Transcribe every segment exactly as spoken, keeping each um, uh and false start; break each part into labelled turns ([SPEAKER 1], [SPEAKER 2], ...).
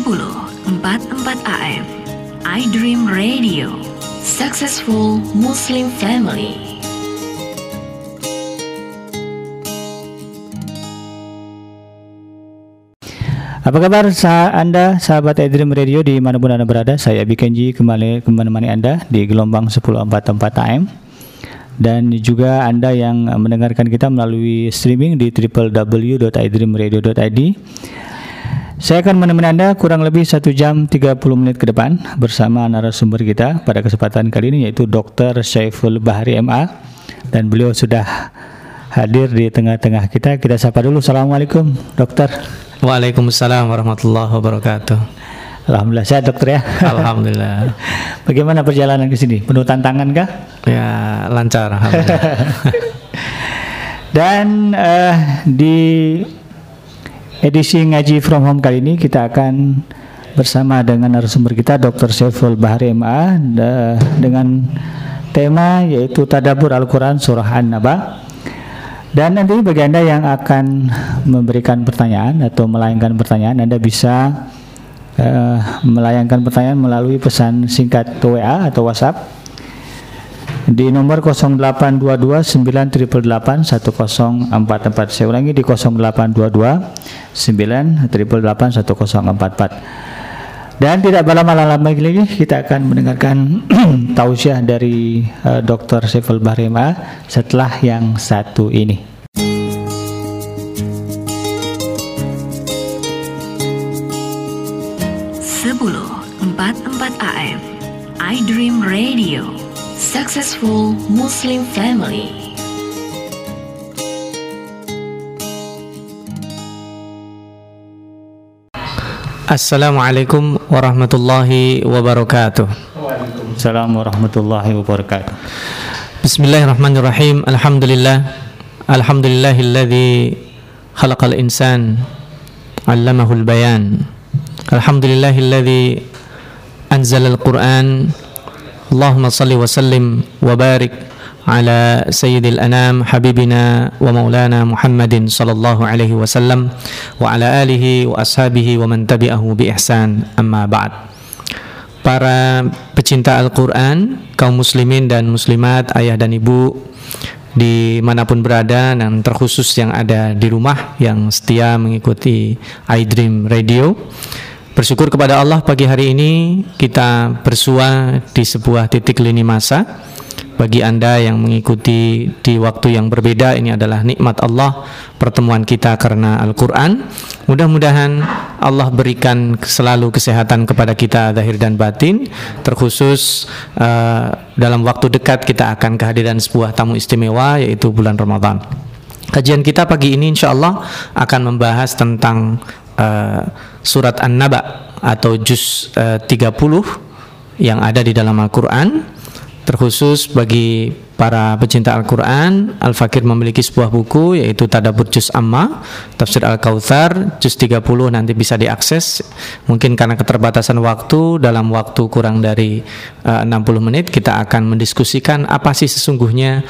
[SPEAKER 1] sepuluh empat puluh empat A M iDream Radio, Successful Muslim Family.
[SPEAKER 2] Apa kabar sah Anda, sahabat iDream Radio dimanapun Anda berada? Saya Abi Kenji kembali menemani Anda di gelombang sepuluh empat puluh empat A M. Dan juga Anda yang mendengarkan kita melalui streaming di w w w dot i dream radio dot i d. Saya akan menemani Anda kurang lebih satu jam tiga puluh menit ke depan bersama narasumber kita pada kesempatan kali ini, yaitu Doktor Syaiful Bahri M A. Dan beliau sudah hadir di tengah-tengah kita. Kita sapa dulu. Assalamualaikum dokter.
[SPEAKER 3] Waalaikumsalam warahmatullahi wabarakatuh.
[SPEAKER 2] Alhamdulillah sehat dokter ya.
[SPEAKER 3] Alhamdulillah.
[SPEAKER 2] Bagaimana perjalanan ke sini? Penuh tantangan kah?
[SPEAKER 3] Ya lancar alhamdulillah.
[SPEAKER 2] Dan uh, di edisi ngaji from home kali ini kita akan bersama dengan narasumber kita Doktor Syaiful Bahri M A dengan tema yaitu Tadabbur Al-Quran Surah An-Naba. Dan nanti bagi Anda yang akan memberikan pertanyaan atau melayangkan pertanyaan, Anda bisa uh, melayangkan pertanyaan melalui pesan singkat W A atau WhatsApp di nomor nol delapan dua dua sembilan delapan delapan satu nol empat empat. Saya ulangi di nol delapan dua dua sembilan delapan delapan satu nol empat empat. Dan tidak berlama-lama lagi kita akan mendengarkan tausiah dari uh, Doktor Syaiful Bahri M A setelah yang satu ini.
[SPEAKER 1] sepuluh empat puluh empat A M iDream Radio, Successful Muslim Family.
[SPEAKER 3] Assalamualaikum warahmatullahi wabarakatuh.
[SPEAKER 2] Waalaikumsalam warahmatullahi wabarakatuh.
[SPEAKER 3] Bismillahirrahmanirrahim. Alhamdulillah. Alhamdulillahilladzi khalaqal insan 'allamahul bayan. Alhamdulillahilladzi anzalal Qur'an. Allahumma salli wa sallim wa barik ala sayyidil anam habibina wa maulana Muhammadin sallallahu alaihi wasallam wa ala alihi wa ashabihi wa man tabi'ahu bi ihsan, amma ba'd. Para pecinta Al-Quran, kaum muslimin dan muslimat, ayah dan ibu dimanapun berada, dan terkhusus yang ada di rumah yang setia mengikuti iDream Radio, bersyukur kepada Allah pagi hari ini kita bersua di sebuah titik lini masa. Bagi Anda yang mengikuti di waktu yang berbeda, ini adalah nikmat Allah, pertemuan kita karena Al-Quran. Mudah-mudahan Allah berikan selalu kesehatan kepada kita zahir dan batin. Terkhusus uh, dalam waktu dekat kita akan kehadiran sebuah tamu istimewa, yaitu bulan Ramadan. Kajian kita pagi ini insya Allah akan membahas tentang uh, surat An-Naba atau juz uh, tiga puluh yang ada di dalam Al-Quran. Terkhusus bagi para pecinta Al-Quran, Al-Fakir memiliki sebuah buku yaitu Tadabbur Juz Amma, Tafsir Al-Kautsar, Juz tiga puluh, nanti bisa diakses. Mungkin karena keterbatasan waktu, dalam waktu kurang dari uh, enam puluh menit kita akan mendiskusikan apa sih sesungguhnya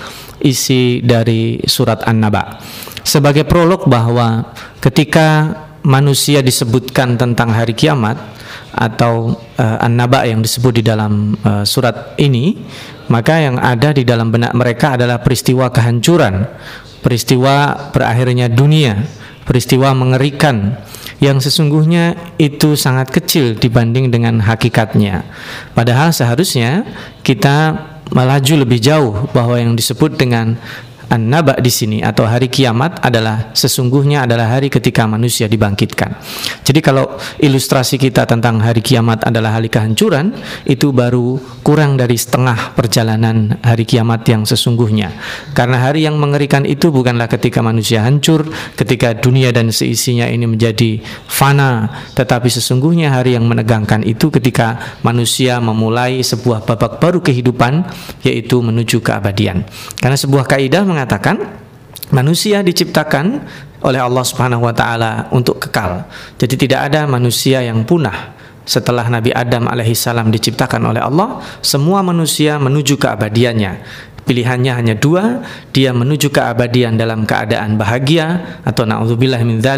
[SPEAKER 3] isi dari surat An-Naba. Sebagai prolog bahwa ketika manusia disebutkan tentang hari kiamat atau uh, An-Naba yang disebut di dalam uh, surat ini, maka yang ada di dalam benak mereka adalah peristiwa kehancuran, peristiwa berakhirnya dunia, peristiwa mengerikan yang sesungguhnya itu sangat kecil dibanding dengan hakikatnya. Padahal seharusnya kita melaju lebih jauh bahwa yang disebut dengan An-Naba di sini atau hari kiamat adalah sesungguhnya adalah hari ketika manusia dibangkitkan. Jadi kalau ilustrasi kita tentang hari kiamat adalah hari kehancuran, itu baru kurang dari setengah perjalanan hari kiamat yang sesungguhnya. Karena hari yang mengerikan itu bukanlah ketika manusia hancur, ketika dunia dan seisinya ini menjadi fana, tetapi sesungguhnya hari yang menegangkan itu ketika manusia memulai sebuah babak baru kehidupan, yaitu menuju keabadian. Karena sebuah kaidah mengatakan manusia diciptakan oleh Allah Subhanahu wa taala untuk kekal. Jadi tidak ada manusia yang punah. Setelah Nabi Adam alaihissalam diciptakan oleh Allah, semua manusia menuju keabadiannya. Pilihannya hanya dua, dia menuju keabadian dalam keadaan bahagia atau na'udzubillah min dzalik,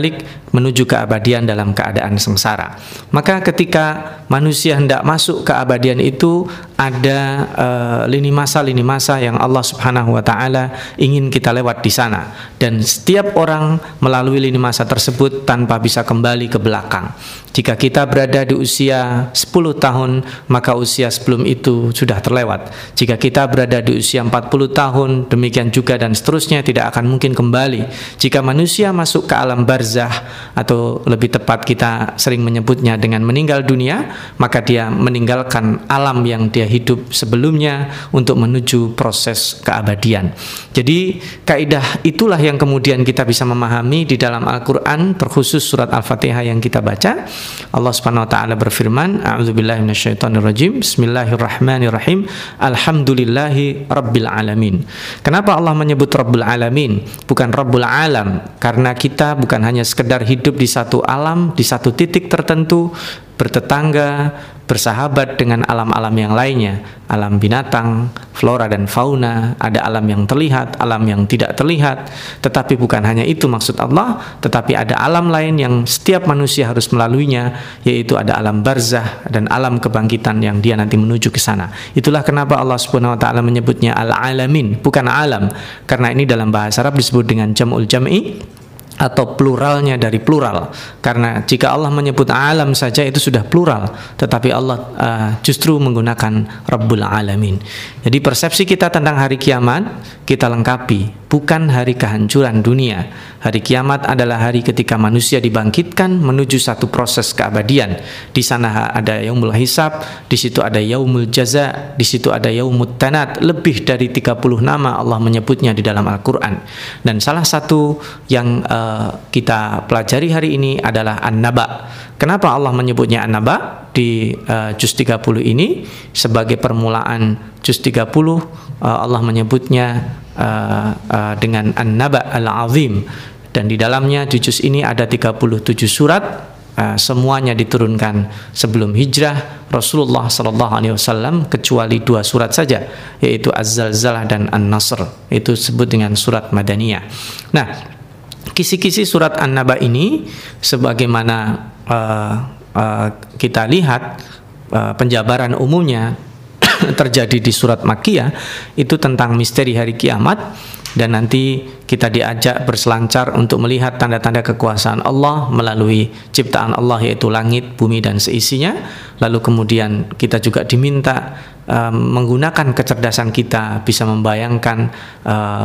[SPEAKER 3] menuju keabadian dalam keadaan sengsara. Maka ketika manusia hendak masuk keabadian itu ada uh, lini masa-lini masa yang Allah Subhanahu wa taala ingin kita lewat di sana, dan setiap orang melalui lini masa tersebut tanpa bisa kembali ke belakang. Jika kita berada di usia sepuluh tahun, maka usia sebelum itu sudah terlewat. Jika kita berada di usia empat puluh tahun, demikian juga dan seterusnya, tidak akan mungkin kembali. Jika manusia masuk ke alam barzah, atau lebih tepat kita sering menyebutnya dengan meninggal dunia, maka dia meninggalkan alam yang dia hidup sebelumnya untuk menuju proses keabadian. Jadi kaidah itulah yang kemudian kita bisa memahami di dalam Al-Quran, terkhusus surat Al-Fatihah yang kita baca. Allah Subhanahu wa taala berfirman, a'udzubillahi minasyaitonirrajim, bismillahirrahmanirrahim, alhamdulillahi rabbil alamin. Kenapa Allah menyebut Rabbul Alamin, bukan Rabbul Alam? Karena kita bukan hanya sekedar hidup di satu alam, di satu titik tertentu, bertetangga, bersahabat dengan alam-alam yang lainnya, alam binatang, flora dan fauna, ada alam yang terlihat, alam yang tidak terlihat. Tetapi bukan hanya itu maksud Allah, tetapi ada alam lain yang setiap manusia harus melaluinya, yaitu ada alam barzah dan alam kebangkitan yang dia nanti menuju ke sana. Itulah kenapa Allah Subhanahu wa taala menyebutnya al-alamin, bukan alam, karena ini dalam bahasa Arab disebut dengan jam'ul jam'i, atau pluralnya dari plural. Karena jika Allah menyebut alam saja itu sudah plural, tetapi Allah uh, justru menggunakan Rabbul Alamin. Jadi persepsi kita tentang hari kiamat kita lengkapi, bukan hari kehancuran dunia. Hari kiamat adalah hari ketika manusia dibangkitkan menuju satu proses keabadian. Di sana ada yaumul hisab, di situ ada yaumul jaza, di situ ada yaumut tanat. Lebih dari tiga puluh nama Allah menyebutnya di dalam Al-Quran. Dan salah satu yang uh, kita pelajari hari ini adalah An-Naba. Kenapa Allah menyebutnya An-Naba di uh, juz tiga puluh ini? Sebagai permulaan juz tiga puluh, uh, Allah menyebutnya uh, uh, dengan An-Naba Al-Azim. Dan di dalamnya di juz ini ada tiga puluh tujuh surat, uh, semuanya diturunkan sebelum hijrah Rasulullah sallallahu alaihi wasallam, kecuali dua surat saja, yaitu Az-Zalzalah dan An-Nasr. Itu disebut dengan surat Madaniyah. Nah, kisi-kisi surat An-Naba ini sebagaimana uh, uh, kita lihat uh, penjabaran umumnya terjadi di surat Makkiyah, itu tentang misteri hari kiamat. Dan nanti kita diajak berselancar untuk melihat tanda-tanda kekuasaan Allah melalui ciptaan Allah, yaitu langit, bumi dan seisinya. Lalu kemudian kita juga diminta uh, menggunakan kecerdasan kita bisa membayangkan, uh,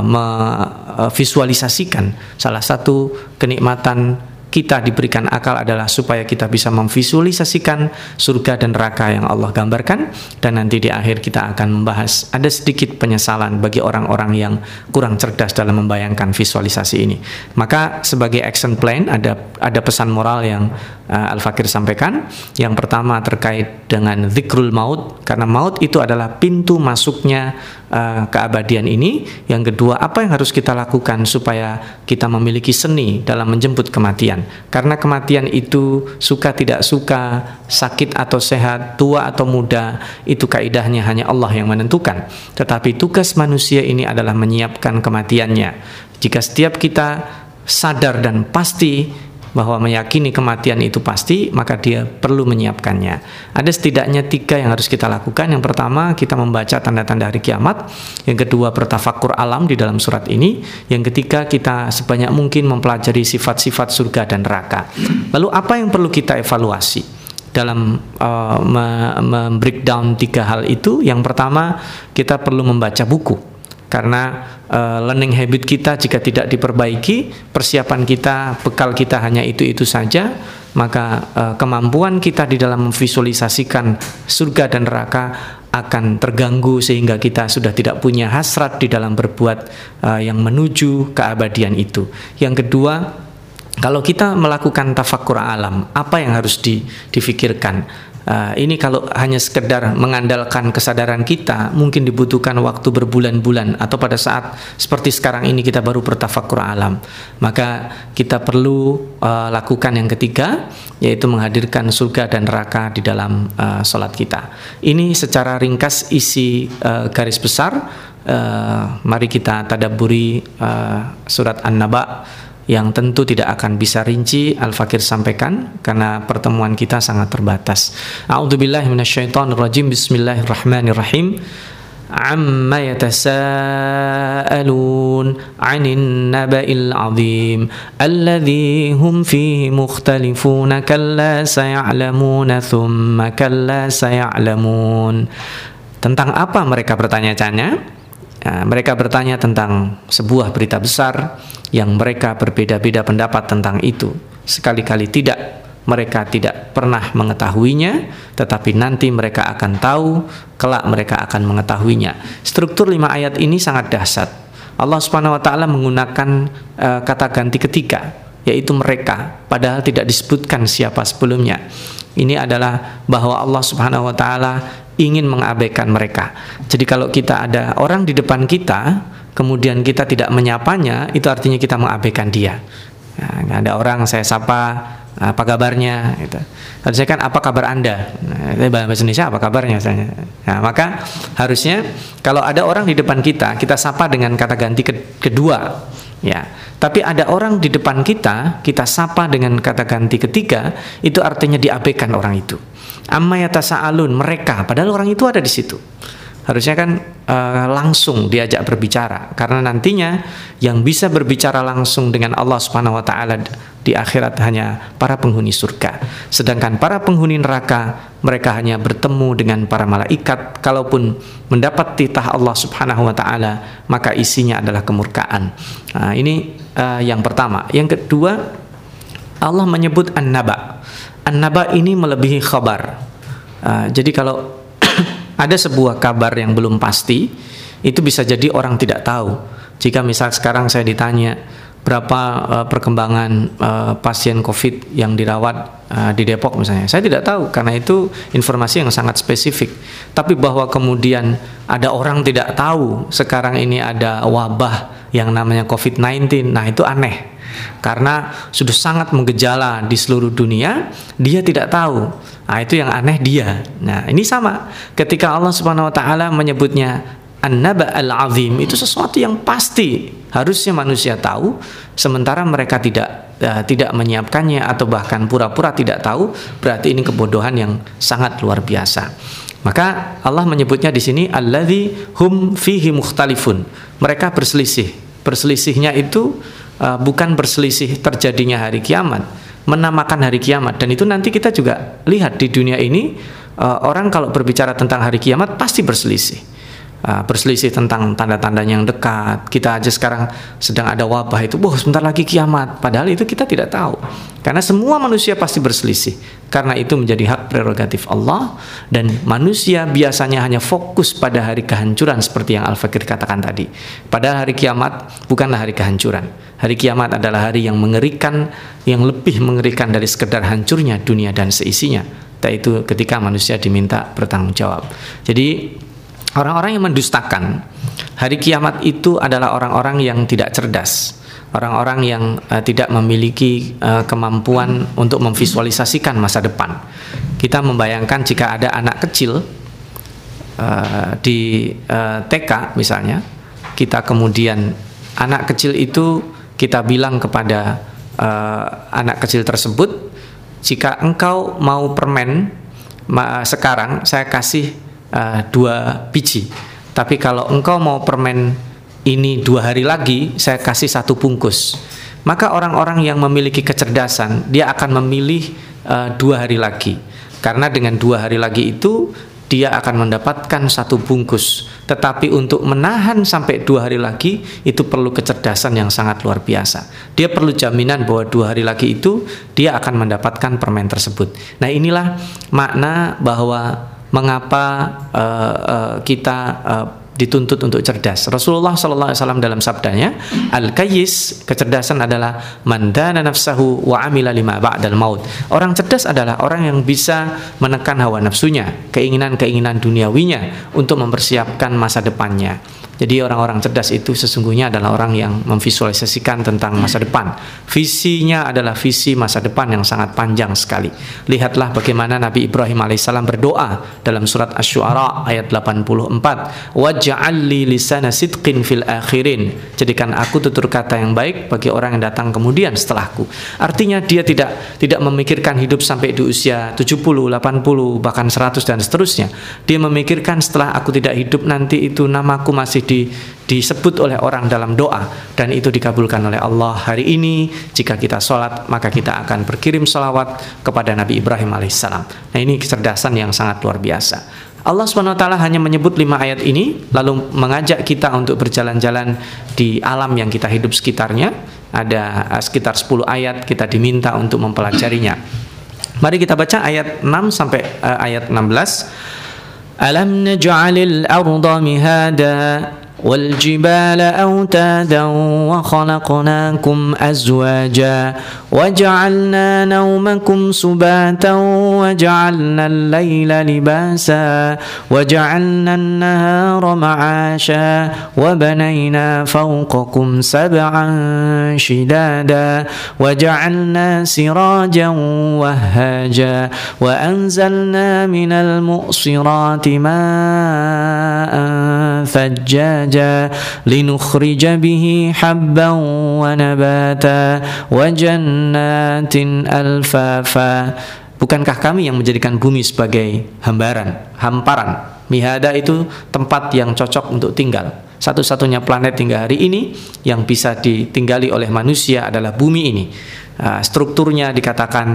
[SPEAKER 3] memvisualisasikan. Salah satu kenikmatan kita diberikan akal adalah supaya kita bisa memvisualisasikan surga dan neraka yang Allah gambarkan. Dan nanti di akhir kita akan membahas ada sedikit penyesalan bagi orang-orang yang kurang cerdas dalam membayangkan visualisasi ini. Maka sebagai action plan ada ada pesan moral yang uh, Al-Fakir sampaikan. Yang pertama terkait dengan zikrul maut, karena maut itu adalah pintu masuknya uh, keabadian ini. Yang kedua, apa yang harus kita lakukan supaya kita memiliki seni dalam menjemput kematian. Karena kematian itu suka tidak suka, sakit atau sehat, tua atau muda, itu kaidahnya hanya Allah yang menentukan. Tetapi tugas manusia ini adalah menyiapkan kematiannya. Jika setiap kita sadar dan pasti bahwa meyakini kematian itu pasti, maka dia perlu menyiapkannya. Ada setidaknya tiga yang harus kita lakukan. Yang pertama, kita membaca tanda-tanda hari kiamat. Yang kedua, bertafakkur alam di dalam surat ini. Yang ketiga, kita sebanyak mungkin mempelajari sifat-sifat surga dan neraka. Lalu apa yang perlu kita evaluasi dalam uh, membreakdown tiga hal itu? Yang pertama, kita perlu membaca buku. Karena uh, learning habit kita jika tidak diperbaiki, persiapan kita, bekal kita hanya itu-itu saja, maka uh, kemampuan kita di dalam memvisualisasikan surga dan neraka akan terganggu, sehingga kita sudah tidak punya hasrat di dalam berbuat uh, yang menuju keabadian itu. Yang kedua, kalau kita melakukan tafakkur alam, apa yang harus di, difikirkan? Uh, ini kalau hanya sekedar mengandalkan kesadaran kita, mungkin dibutuhkan waktu berbulan-bulan, atau pada saat seperti sekarang ini kita baru bertafakkur alam. Maka kita perlu uh, lakukan yang ketiga, yaitu menghadirkan surga dan neraka di dalam uh, sholat kita. Ini secara ringkas isi uh, garis besar. Uh, mari kita tadabburi uh, surat An-Naba yang tentu tidak akan bisa rinci Al-Fakir sampaikan karena pertemuan kita sangat terbatas. A'udzubillahi minasyaitonirrajim. Bismillahirrahmanirrahim. Amma yatasaalun 'anil naba'il 'azim alladzi hum fihi mukhtalifun kalla saya'lamuna thumma kalla saya'lamun. Tentang apa mereka bertanya-tanya? Nah, mereka bertanya tentang sebuah berita besar yang mereka berbeda-beda pendapat tentang itu. Sekali-kali tidak, mereka tidak pernah mengetahuinya, tetapi nanti mereka akan tahu, kelak mereka akan mengetahuinya. Struktur lima ayat ini sangat dahsyat. Allah Subhanahu wa taala menggunakan uh, kata ganti ketiga, yaitu mereka, padahal tidak disebutkan siapa sebelumnya. Ini adalah bahwa Allah Subhanahu wa taala ingin mengabaikan mereka. Jadi kalau kita ada orang di depan kita, kemudian kita tidak menyapanya, itu artinya kita mengabaikan dia. Nah, ada orang saya sapa, apa kabarnya? Gitu. Kalau saya kan apa kabar Anda? Nah, bahasa Indonesia apa kabarnya? Nah, maka harusnya kalau ada orang di depan kita, kita sapa dengan kata ganti kedua. Ya, tapi ada orang di depan kita, kita sapa dengan kata ganti ketiga, itu artinya diabaikan orang itu. Amma yatasaalun, mereka, padahal orang itu ada di situ. Harusnya kan uh, langsung diajak berbicara, karena nantinya yang bisa berbicara langsung dengan Allah Subhanahu wa taala di akhirat hanya para penghuni surga. Sedangkan para penghuni neraka, mereka hanya bertemu dengan para malaikat. Kalaupun mendapat titah Allah Subhanahu wa taala, maka isinya adalah kemurkaan. Nah, ini uh, yang pertama. Yang kedua, Allah menyebut an-naba. An-naba ini melebihi khabar. Uh, jadi kalau ada sebuah kabar yang belum pasti, itu bisa jadi orang tidak tahu. Jika misal sekarang saya ditanya berapa uh, perkembangan uh, pasien COVID yang dirawat uh, di Depok misalnya, saya tidak tahu karena itu informasi yang sangat spesifik. Tapi bahwa kemudian ada orang tidak tahu sekarang ini ada wabah yang namanya COVID sembilan belas, nah itu aneh. Karena sudah sangat menggejala di seluruh dunia, dia tidak tahu. Nah, itu yang aneh dia. Nah, ini sama. Ketika Allah Subhanahu wa taala menyebutnya An-Naba Al-Azim, itu sesuatu yang pasti harusnya manusia tahu, sementara mereka tidak uh, tidak menyiapkannya atau bahkan pura-pura tidak tahu, berarti ini kebodohan yang sangat luar biasa. Maka Allah menyebutnya di sini alladzi hum fihi mukhtalifun. Mereka berselisih. Berselisihnya itu Uh, bukan berselisih terjadinya hari kiamat, menamakan hari kiamat. Dan itu nanti kita juga lihat di dunia ini, uh, orang kalau berbicara tentang hari kiamat pasti berselisih. uh, Berselisih tentang tanda-tanda yang dekat. Kita aja sekarang sedang ada wabah itu, wah sebentar lagi kiamat, padahal itu kita tidak tahu. Karena semua manusia pasti berselisih. Karena itu menjadi hak prerogatif Allah, dan manusia biasanya hanya fokus pada hari kehancuran seperti yang Al-Fakir katakan tadi. Padahal hari kiamat bukanlah hari kehancuran. Hari kiamat adalah hari yang mengerikan, yang lebih mengerikan dari sekedar hancurnya dunia dan seisinya, yaitu ketika manusia diminta bertanggung jawab. Jadi orang-orang yang mendustakan hari kiamat itu adalah orang-orang yang tidak cerdas, orang-orang yang uh, tidak memiliki uh, kemampuan untuk memvisualisasikan masa depan. Kita membayangkan jika ada anak kecil uh, di uh, T K misalnya, kita kemudian anak kecil itu kita bilang kepada uh, anak kecil tersebut, jika engkau mau permen ma- sekarang saya kasih uh, dua biji, tapi kalau engkau mau permen ini dua hari lagi saya kasih satu bungkus. Maka orang-orang yang memiliki kecerdasan, dia akan memilih uh, dua hari lagi, karena dengan dua hari lagi itu dia akan mendapatkan satu bungkus. Tetapi untuk menahan sampai dua hari lagi, itu perlu kecerdasan yang sangat luar biasa. Dia perlu jaminan bahwa dua hari lagi itu dia akan mendapatkan permen tersebut. Nah, inilah makna bahwa mengapa uh, uh, kita uh, dituntut untuk cerdas. Rasulullah shallallahu alaihi wasallam dalam sabdanya, al-kayyis, kecerdasan adalah man dana nafsahu wa amila lima ba'dal maut. Orang cerdas adalah orang yang bisa menekan hawa nafsunya, keinginan-keinginan duniawinya untuk mempersiapkan masa depannya. Jadi orang-orang cerdas itu sesungguhnya adalah orang yang memvisualisasikan tentang masa depan. Visinya adalah visi masa depan yang sangat panjang sekali. Lihatlah bagaimana Nabi Ibrahim alaihissalam berdoa dalam surat Asy-Syu'ara ayat delapan puluh empat. Waj'al li lisana sidqin fil akhirin. Jadikan aku tutur kata yang baik bagi orang yang datang kemudian setelahku. Artinya dia tidak tidak memikirkan hidup sampai di usia tujuh puluh, delapan puluh, bahkan seratus dan seterusnya. Dia memikirkan setelah aku tidak hidup nanti itu namaku masih Di, disebut oleh orang dalam doa dan itu dikabulkan oleh Allah. Hari ini jika kita sholat maka kita akan berkirim sholawat kepada Nabi Ibrahim alaihissalam. Nah, ini kecerdasan yang sangat luar biasa. Allah subhanahu wa taala hanya menyebut lima ayat ini lalu mengajak kita untuk berjalan-jalan di alam yang kita hidup sekitarnya. Ada uh, sekitar sepuluh ayat kita diminta untuk mempelajarinya. Mari kita baca ayat enam sampai uh, ayat enam belas. Alam naj'alil arda mihada wal jibala awtada wa khalaqnakum azwaja wa ja'alna nawmakum subatan wa ja'alna al-layla libasa wa ja'alna an-nahara ma'asha wa banayna fawqakum sab'an shidada wa ja'alna sirajan wahhaja wa anzalna minal mu'sirati ma'an thajjaja linukhrija bihi habban wa nabata wa jannatin alfafa. Bukankah kami yang menjadikan bumi sebagai hambaran, hamparan? Mihada itu tempat yang cocok untuk tinggal. Satu-satunya planet hingga hari ini yang bisa ditinggali oleh manusia adalah bumi ini. Uh, strukturnya dikatakan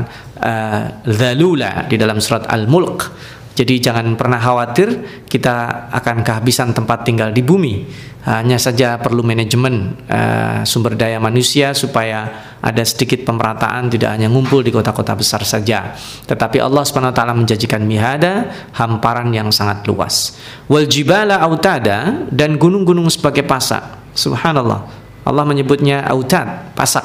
[SPEAKER 3] uh, dzalula di dalam surat Al-Mulk. Jadi jangan pernah khawatir kita akan kehabisan tempat tinggal di bumi. Hanya saja perlu manajemen uh, sumber daya manusia supaya ada sedikit pemerataan, tidak hanya ngumpul di kota-kota besar saja. Tetapi Allah subhanahu wa taala menjanjikan mihada, hamparan yang sangat luas. Wal jibala autada, dan gunung-gunung sebagai pasak. Subhanallah. Allah menyebutnya autad, pasak.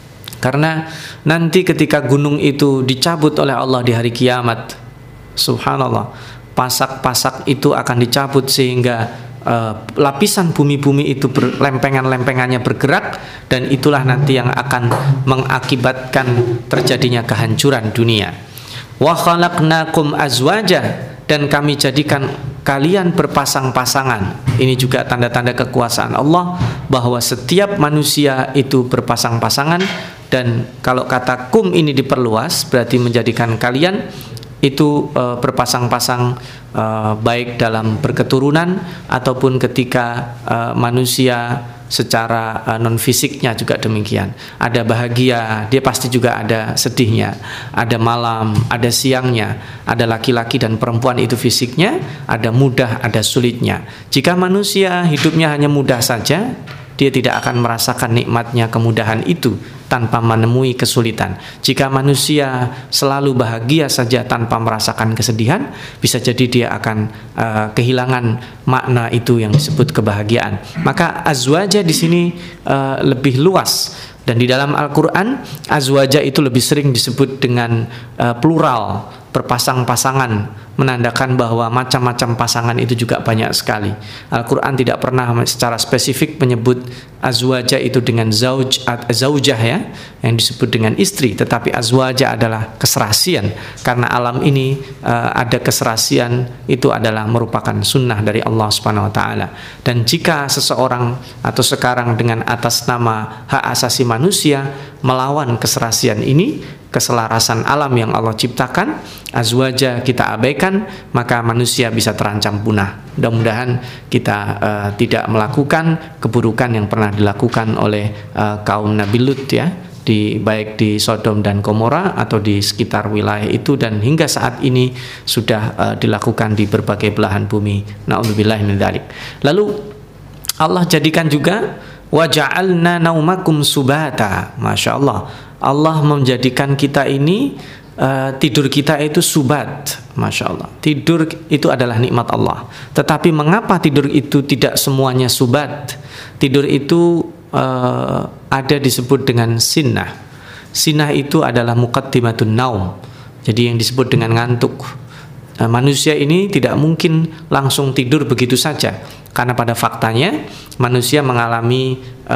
[SPEAKER 3] Karena nanti ketika gunung itu dicabut oleh Allah di hari kiamat, subhanallah, pasak-pasak itu akan dicabut sehingga uh, lapisan bumi-bumi itu ber, lempengan-lempengannya bergerak, dan itulah nanti yang akan mengakibatkan terjadinya kehancuran dunia. Wa khalaqnakum azwaja, dan kami jadikan kalian berpasang-pasangan. Ini juga tanda-tanda kekuasaan Allah bahwa setiap manusia itu berpasang-pasangan, dan kalau kata kum ini diperluas berarti menjadikan kalian itu uh, berpasang-pasang, uh, baik dalam berketurunan ataupun ketika uh, manusia secara uh, non fisiknya juga demikian. Ada bahagia, dia pasti juga ada sedihnya. Ada malam, ada siangnya. Ada laki-laki dan perempuan itu fisiknya, ada mudah, ada sulitnya. Jika manusia hidupnya hanya mudah saja, dia tidak akan merasakan nikmatnya kemudahan itu tanpa menemui kesulitan. Jika manusia selalu bahagia saja tanpa merasakan kesedihan, bisa jadi dia akan uh, kehilangan makna itu yang disebut kebahagiaan. Maka azwaja di sini uh, lebih luas, dan di dalam Al-Quran azwaja itu lebih sering disebut dengan uh, plural, berpasang-pasangan, menandakan bahwa macam-macam pasangan itu juga banyak sekali. Al-Quran tidak pernah secara spesifik menyebut azwaja itu dengan zauj, zaujah ya, yang disebut dengan istri, tetapi azwaja adalah keserasian, karena alam ini uh, ada keserasian, itu adalah merupakan sunnah dari Allah Subhanahu wa taala. Dan jika seseorang atau sekarang dengan atas nama hak asasi manusia melawan keserasian ini, keselarasan alam yang Allah ciptakan, azwaja kita abaikan, maka manusia bisa terancam punah. Mudah-mudahan kita uh, tidak melakukan keburukan yang pernah dilakukan oleh uh, kaum Nabi Lut ya, di baik di Sodom dan Gomora atau di sekitar wilayah itu, dan hingga saat ini sudah uh, dilakukan di berbagai belahan bumi. Na'udzubillahi min dzalik. Lalu Allah jadikan juga wa ja'alna naumakum subata. Masya Allah, Allah menjadikan kita ini uh, tidur kita itu subat. Masya Allah, tidur itu adalah nikmat Allah. Tetapi mengapa tidur itu tidak semuanya subat? Tidur itu uh, ada disebut dengan sinnah. Sinnah itu adalah muqaddimatun naum, jadi yang disebut dengan ngantuk. Nah, manusia ini tidak mungkin langsung tidur begitu saja. Karena pada faktanya manusia mengalami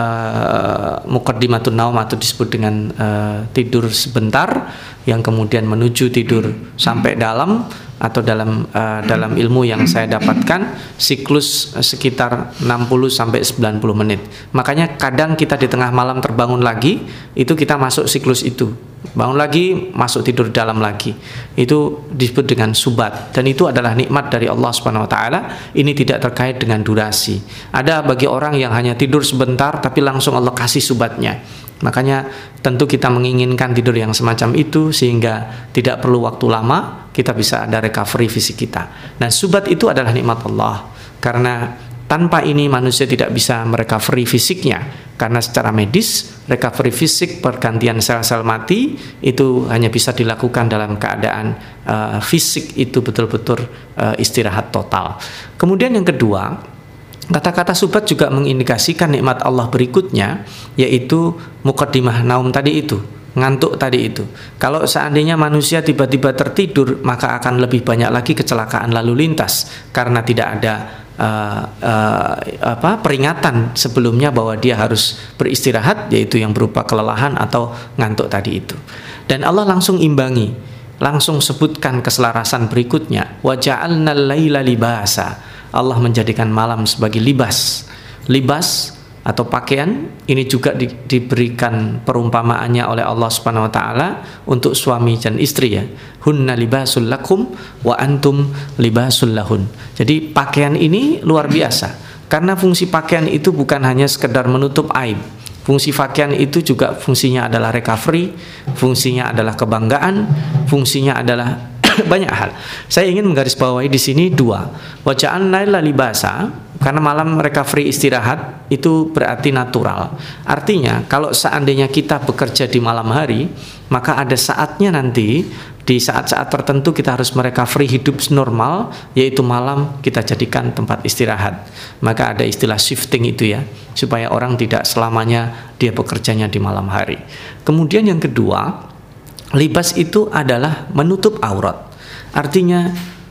[SPEAKER 3] uh, muqaddimatun naum atau disebut dengan uh, tidur sebentar yang kemudian menuju tidur sampai dalam, atau dalam uh, dalam ilmu yang saya dapatkan siklus sekitar enam puluh sampai sembilan puluh menit. Makanya kadang kita di tengah malam terbangun lagi, itu kita masuk siklus itu. Bangun lagi, masuk tidur dalam lagi. Itu disebut dengan subat, dan itu adalah nikmat dari Allah Subhanahu wa taala. Ini tidak terkait dengan durasi. Ada bagi orang yang hanya tidur sebentar tapi langsung Allah kasih subatnya. Makanya tentu kita menginginkan tidur yang semacam itu sehingga tidak perlu waktu lama, kita bisa ada recovery fisik kita. Nah, subat itu adalah nikmat Allah, karena tanpa ini manusia tidak bisa merecovery fisiknya. Karena secara medis, recovery fisik pergantian sel-sel mati itu hanya bisa dilakukan dalam keadaan uh, fisik itu betul-betul uh, istirahat total. Kemudian yang kedua, kata-kata subat juga mengindikasikan nikmat Allah berikutnya, yaitu muqaddimah naum tadi itu, ngantuk tadi itu. Kalau seandainya manusia tiba-tiba tertidur, maka akan lebih banyak lagi kecelakaan lalu lintas, karena tidak ada Uh, uh, apa peringatan sebelumnya bahwa dia harus beristirahat, yaitu yang berupa kelelahan atau ngantuk tadi itu. Dan Allah langsung imbangi, langsung sebutkan keselarasan berikutnya, wa ja'alnal laila libasa. Allah menjadikan malam sebagai libas. Libas atau pakaian ini juga di, diberikan perumpamaannya oleh Allah Subhanahu wa taala untuk suami dan istri, ya. Hunna libasul lakum wa antum libasul lahun. Jadi pakaian ini luar biasa, karena fungsi pakaian itu bukan hanya sekedar menutup aib. Fungsi pakaian itu juga fungsinya adalah recovery, fungsinya adalah kebanggaan, fungsinya adalah banyak hal. Saya ingin menggarisbawahi di sini dua. Wa ja'alna libasa, karena malam recovery istirahat itu berarti natural. Artinya kalau seandainya kita bekerja di malam hari, maka ada saatnya nanti di saat-saat tertentu kita harus merecovery hidup normal, yaitu malam kita jadikan tempat istirahat. Maka ada istilah shifting itu, ya, supaya orang tidak selamanya dia bekerjanya di malam hari. Kemudian yang kedua, libas itu adalah menutup aurat. Artinya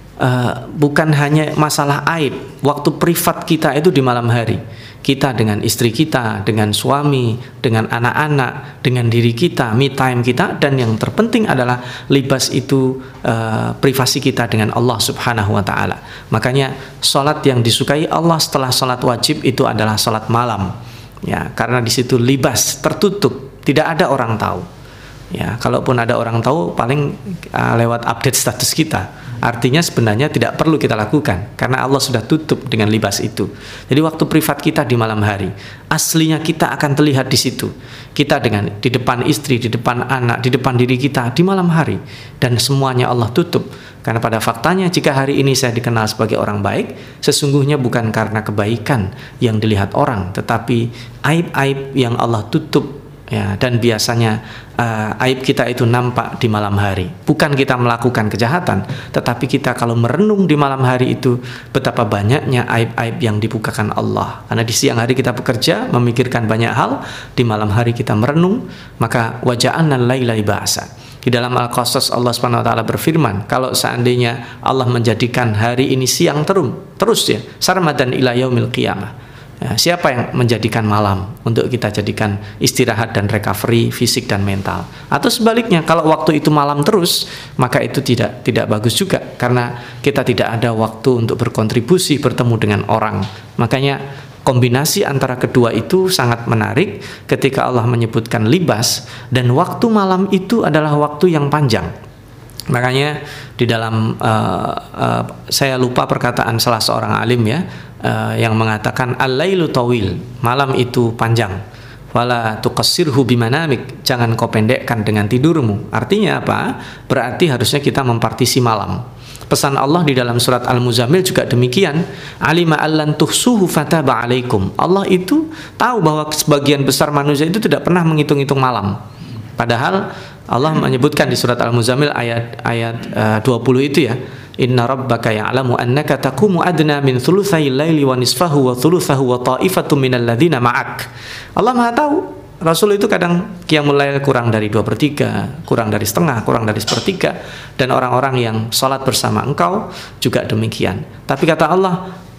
[SPEAKER 3] uh, bukan hanya masalah aib, waktu privat kita itu di malam hari. Kita dengan istri kita, dengan suami, dengan anak-anak, dengan diri kita, me time kita, dan yang terpenting adalah libas itu uh, privasi kita dengan Allah Subhanahu wa taala. Makanya salat yang disukai Allah setelah salat wajib itu adalah salat malam. Ya, karena di situ libas, tertutup, tidak ada orang tahu. Ya, kalaupun ada orang tahu paling uh, lewat update status kita. Artinya sebenarnya tidak perlu kita lakukan karena Allah sudah tutup dengan libas itu. Jadi waktu privat kita di malam hari, aslinya kita akan terlihat di situ. Kita dengan di depan istri, di depan anak, di depan diri kita di malam hari, dan semuanya Allah tutup. Karena pada faktanya jika hari ini saya dikenal sebagai orang baik, sesungguhnya bukan karena kebaikan yang dilihat orang, tetapi aib-aib yang Allah tutup. Ya, dan biasanya uh, aib kita itu nampak di malam hari. Bukan kita melakukan kejahatan, tetapi kita kalau merenung di malam hari itu betapa banyaknya aib-aib yang dibukakan Allah. Karena di siang hari kita bekerja, memikirkan banyak hal, di malam hari kita merenung, maka waja'alna laila libasa. Di dalam Al-Qasas Allah Subhanahu wa taala berfirman, kalau seandainya Allah menjadikan hari ini siang terus, terus ya, sarmadan ila yaumil qiyamah. Ya, siapa yang menjadikan malam untuk kita jadikan istirahat dan recovery fisik dan mental? Atau sebaliknya, kalau waktu itu malam terus, maka itu tidak tidak bagus juga, karena kita tidak ada waktu untuk berkontribusi, bertemu dengan orang. Makanya kombinasi antara kedua itu sangat menarik ketika Allah menyebutkan libas, dan waktu malam itu adalah waktu yang panjang. Makanya di dalam uh, uh, saya lupa perkataan salah seorang alim, ya, uh, yang mengatakan al-lailu tawil, malam itu panjang, wala tuqassirhu bimanamik, jangan kau pendekkan dengan tidurmu. Artinya apa? Berarti harusnya kita mempartisi malam. Pesan Allah di dalam surat Al-Muzammil juga demikian, alima allan tuhsuhu fataba alaikum. Allah itu tahu bahwa sebagian besar manusia itu tidak pernah menghitung-hitung malam. Padahal Allah menyebutkan di surat Al-Muzammil ayat ayat uh, dua puluh itu, ya, inna rabbaka ya'lamu annaka taqumu adna min thulutsayil laili wa nisfahu wa thulutsahu wa ta'ifatun minal ladzina ma'ak. Allah Maha tahu Rasul itu kadang qiyamul lail kurang dari dua per tiga, kurang dari setengah, kurang dari sepertiga, dan orang-orang yang sholat bersama engkau juga demikian. Tapi kata Allah,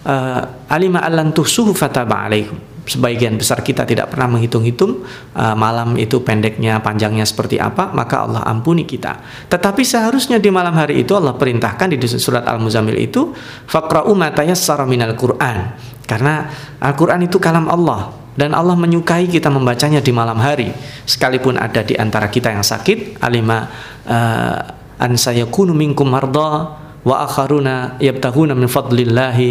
[SPEAKER 3] uh, alima allan tuhsuhu fataba alaikum. Sebagian besar kita tidak pernah menghitung-hitung uh, malam itu pendeknya, panjangnya seperti apa, maka Allah ampuni kita. Tetapi seharusnya di malam hari itu Allah perintahkan di surat Al-Muzammil itu faqra'u ma tayassara minal Qur'an. Karena Al-Qur'an itu kalam Allah dan Allah menyukai kita membacanya di malam hari. Sekalipun ada di antara kita yang sakit, alima uh, an sayakunu minkum marda wa akharuna yabtaghuna min fadlillahi.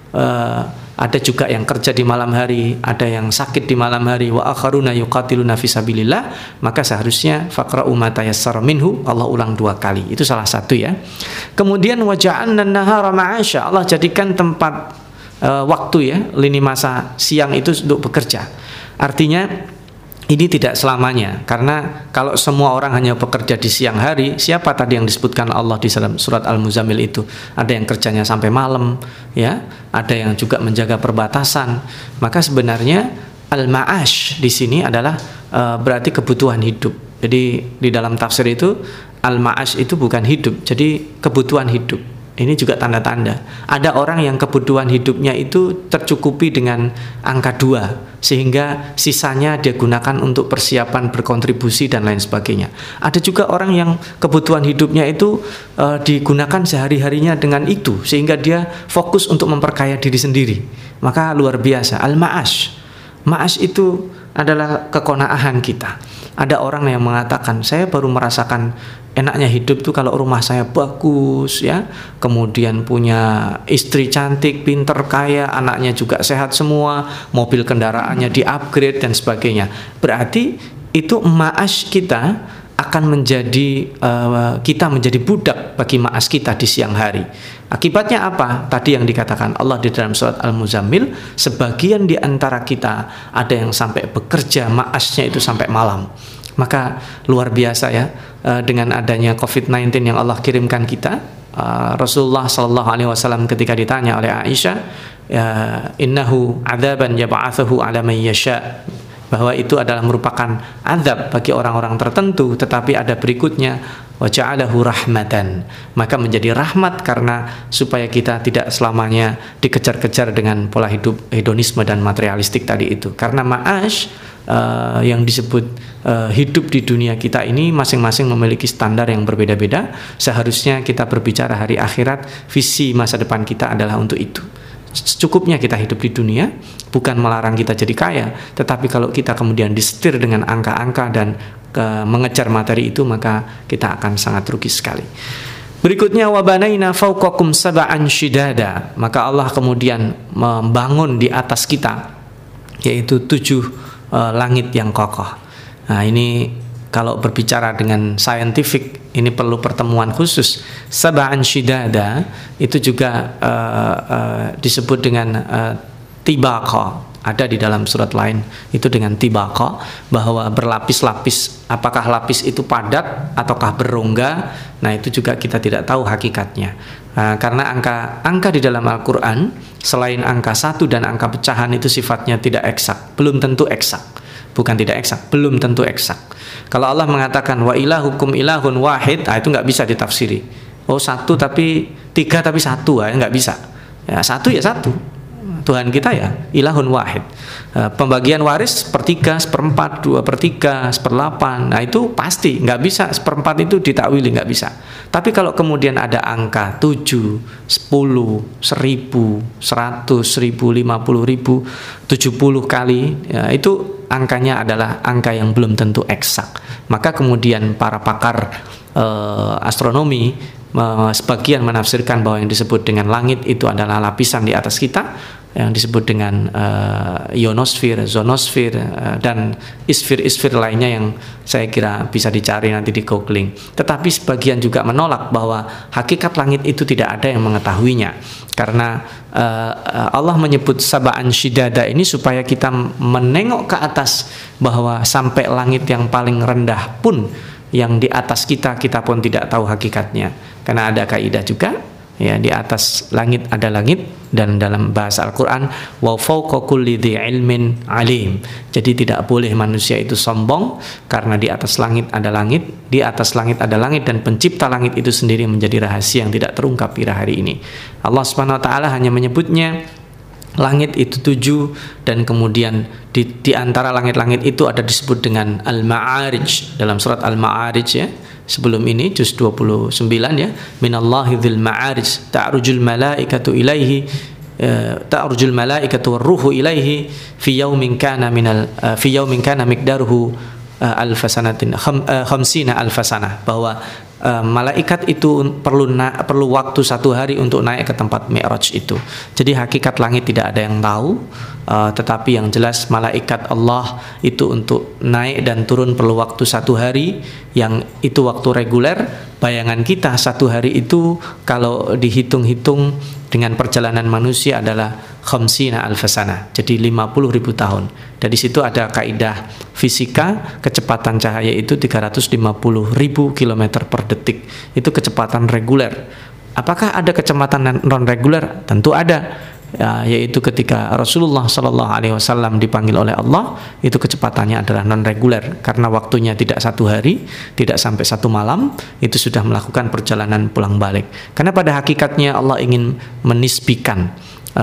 [SPEAKER 3] Uh, ada juga yang kerja di malam hari, ada yang sakit di malam hari, wa akharuna yuqatiluna fisabilillah, maka seharusnya faqra'u ma tayassara minhu, Allah ulang dua kali. Itu salah satu ya. Kemudian wa ja'alna an-nahara ma'asha, Allah jadikan tempat uh, waktu ya, lini masa siang itu untuk bekerja. Artinya ini tidak selamanya, karena kalau semua orang hanya bekerja di siang hari, siapa tadi yang disebutkan Allah di dalam surat Al-Muzammil itu? Ada yang kerjanya sampai malam, ya, ada yang juga menjaga perbatasan. Maka sebenarnya al-ma'ash di sini adalah e, berarti kebutuhan hidup. Jadi di dalam tafsir itu al-ma'ash itu bukan hidup, jadi kebutuhan hidup. Ini juga tanda-tanda. Ada orang yang kebutuhan hidupnya itu tercukupi dengan angka dua, sehingga sisanya dia gunakan untuk persiapan berkontribusi dan lain sebagainya. Ada juga orang yang kebutuhan hidupnya itu e, digunakan sehari-harinya dengan itu, sehingga dia fokus untuk memperkaya diri sendiri. Maka luar biasa. Al-ma'ash. Ma'ash itu adalah kekonaahan kita. Ada orang yang mengatakan, saya baru merasakan enaknya hidup tuh kalau rumah saya bagus ya, kemudian punya istri cantik, pinter, kaya, anaknya juga sehat semua, mobil kendaraannya di-upgrade dan sebagainya. Berarti itu ma'ash kita akan menjadi uh, kita menjadi budak bagi ma'ash kita di siang hari. Akibatnya apa? Tadi yang dikatakan Allah di dalam surat Al-Muzammil, sebagian di antara kita ada yang sampai bekerja ma'ashnya itu sampai malam. Maka luar biasa ya, dengan adanya covid sembilan belas yang Allah kirimkan kita. Rasulullah Shallallahu Alaihi Wasallam ketika ditanya oleh Aisyah, innahu adzaban yab'atsuhu ala man yasha, bahwa itu adalah merupakan azab bagi orang-orang tertentu, tetapi ada berikutnya wa ja'alahu rahmatan, maka menjadi rahmat karena supaya kita tidak selamanya dikejar-kejar dengan pola hidup hedonisme dan materialistik tadi itu. Karena ma'ash Uh, yang disebut uh, hidup di dunia kita ini masing-masing memiliki standar yang berbeda-beda. Seharusnya kita berbicara hari akhirat, visi masa depan kita adalah untuk itu. Secukupnya kita hidup di dunia, bukan melarang kita jadi kaya, tetapi kalau kita kemudian disetir dengan angka-angka dan uh, mengejar materi itu, maka kita akan sangat rugi sekali. Berikutnya wabanaina fawqakum sab'an shidada, maka Allah kemudian membangun di atas kita yaitu tujuh langit yang kokoh. Nah ini kalau berbicara dengan scientific ini perlu pertemuan khusus. Sab'an shidada itu juga uh, uh, disebut dengan uh, tibaqa. Ada di dalam surat lain itu dengan tibaqa, bahwa berlapis-lapis. Apakah lapis itu padat ataukah berongga? Nah itu juga kita tidak tahu hakikatnya. Nah, karena angka angka di dalam Al-Quran selain angka satu dan angka pecahan itu sifatnya tidak eksak, belum tentu eksak. Bukan tidak eksak, belum tentu eksak. Kalau Allah mengatakan wa ilahukum ilahun wahid, nah, itu nggak bisa ditafsiri. Oh satu tapi tiga tapi satu, ya nggak bisa. Ya satu ya satu. Tuhan kita ya ilahun wahid. Pembagian waris sepertiga, seperempat, dua per tiga, seperdelapan. Nah itu pasti nggak bisa seperempat itu ditakwili, nggak bisa. Tapi kalau kemudian ada angka tujuh, sepuluh, seribu, seratus, seribu, lima puluh ribu, tujuh puluh kali, ya, itu angkanya adalah angka yang belum tentu eksak. Maka kemudian para pakar eh, astronomi sebagian menafsirkan bahwa yang disebut dengan langit itu adalah lapisan di atas kita, yang disebut dengan uh, ionosfer, zonosfer, uh, dan isfir-isfir lainnya yang saya kira bisa dicari nanti di googling. Tetapi sebagian juga menolak bahwa hakikat langit itu tidak ada yang mengetahuinya, karena uh, Allah menyebut sab'an shidada ini supaya kita menengok ke atas, bahwa sampai langit yang paling rendah pun yang di atas kita, kita pun tidak tahu hakikatnya. Karena ada kaidah juga, ya, di atas langit ada langit, dan dalam bahasa Al-Quran wa fawqa kulli dhi ilmin alim. Jadi tidak boleh manusia itu sombong, karena di atas langit ada langit, di atas langit ada langit, dan pencipta langit itu sendiri menjadi rahasia yang tidak terungkap pada hari ini. Allah Subhanahu wa taala hanya menyebutnya langit itu tujuh, dan kemudian di, di antara langit-langit itu ada disebut dengan Al-Ma'arij dalam surat Al-Ma'arij ya. Sebelum ini juz dua puluh sembilan ya, minallahi dzil ma'arij ta'rujul malaikatu ilaihi uh, ta'rujul malaikatu warruhu ilaihi fi yaumin kana minal uh, fi yaumin kana miqdaruhu uh, alfasanatin kham, uh, khamsina alfasanah, bahwa Uh, malaikat itu perlu na- perlu waktu satu hari untuk naik ke tempat Mi'raj itu. Jadi hakikat langit tidak ada yang tahu, uh, tetapi yang jelas malaikat Allah itu untuk naik dan turun perlu waktu satu hari, yang itu waktu reguler. Bayangan kita satu hari itu kalau dihitung-hitung dengan perjalanan manusia adalah khamsina alfasana, jadi lima puluh ribu tahun. Dari situ ada kaidah fisika, kecepatan cahaya itu tiga ratus lima puluh ribu kilometer per detik. Itu kecepatan reguler. Apakah ada kecepatan non reguler? Tentu ada. Ya, yaitu ketika Rasulullah Shallallahu Alaihi Wasallam dipanggil oleh Allah, itu kecepatannya adalah non reguler karena waktunya tidak satu hari, tidak sampai satu malam, itu sudah melakukan perjalanan pulang balik. Karena pada hakikatnya Allah ingin menisbikan,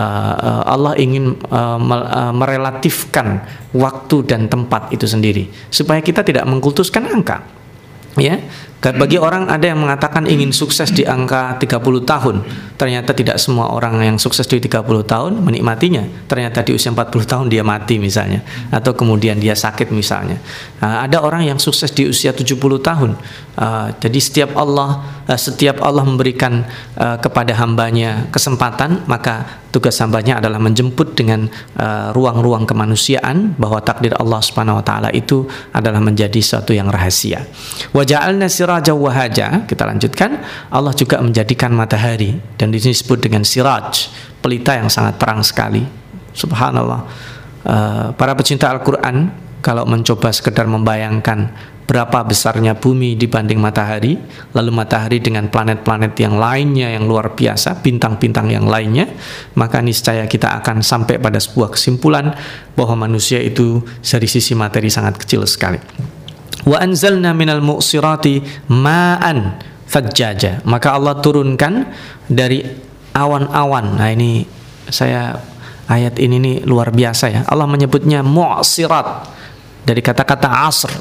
[SPEAKER 3] uh, Allah ingin uh, merelatifkan waktu dan tempat itu sendiri supaya kita tidak mengkultuskan angka. Ya, bagi orang ada yang mengatakan ingin sukses di angka tiga puluh tahun. Ternyata tidak semua orang yang sukses di tiga puluh tahun menikmatinya. Ternyata di usia empat puluh tahun dia mati misalnya, atau kemudian dia sakit misalnya. Nah, ada orang yang sukses di usia tujuh puluh tahun. Uh, jadi setiap Allah uh, setiap Allah memberikan uh, kepada hambanya kesempatan, maka tugas hambanya adalah menjemput dengan uh, ruang-ruang kemanusiaan bahwa takdir Allah Subhanahu wa taala itu adalah menjadi suatu yang rahasia. Wa ja'alna sirajan wahaja, kita lanjutkan, Allah juga menjadikan matahari, dan di sini disebut dengan siraj, pelita yang sangat terang sekali. Subhanallah. Uh, para pecinta Al-Qur'an kalau mencoba sekedar membayangkan berapa besarnya bumi dibanding matahari, lalu matahari dengan planet-planet yang lainnya yang luar biasa, bintang-bintang yang lainnya, maka niscaya kita akan sampai pada sebuah kesimpulan bahwa manusia itu dari sisi materi sangat kecil sekali. Wa anzalna minal mu'sirati ma'an fajjaja, maka Allah turunkan dari awan-awan. Nah ini saya ayat ini nih luar biasa ya. Allah menyebutnya mu'sirat dari kata-kata asr.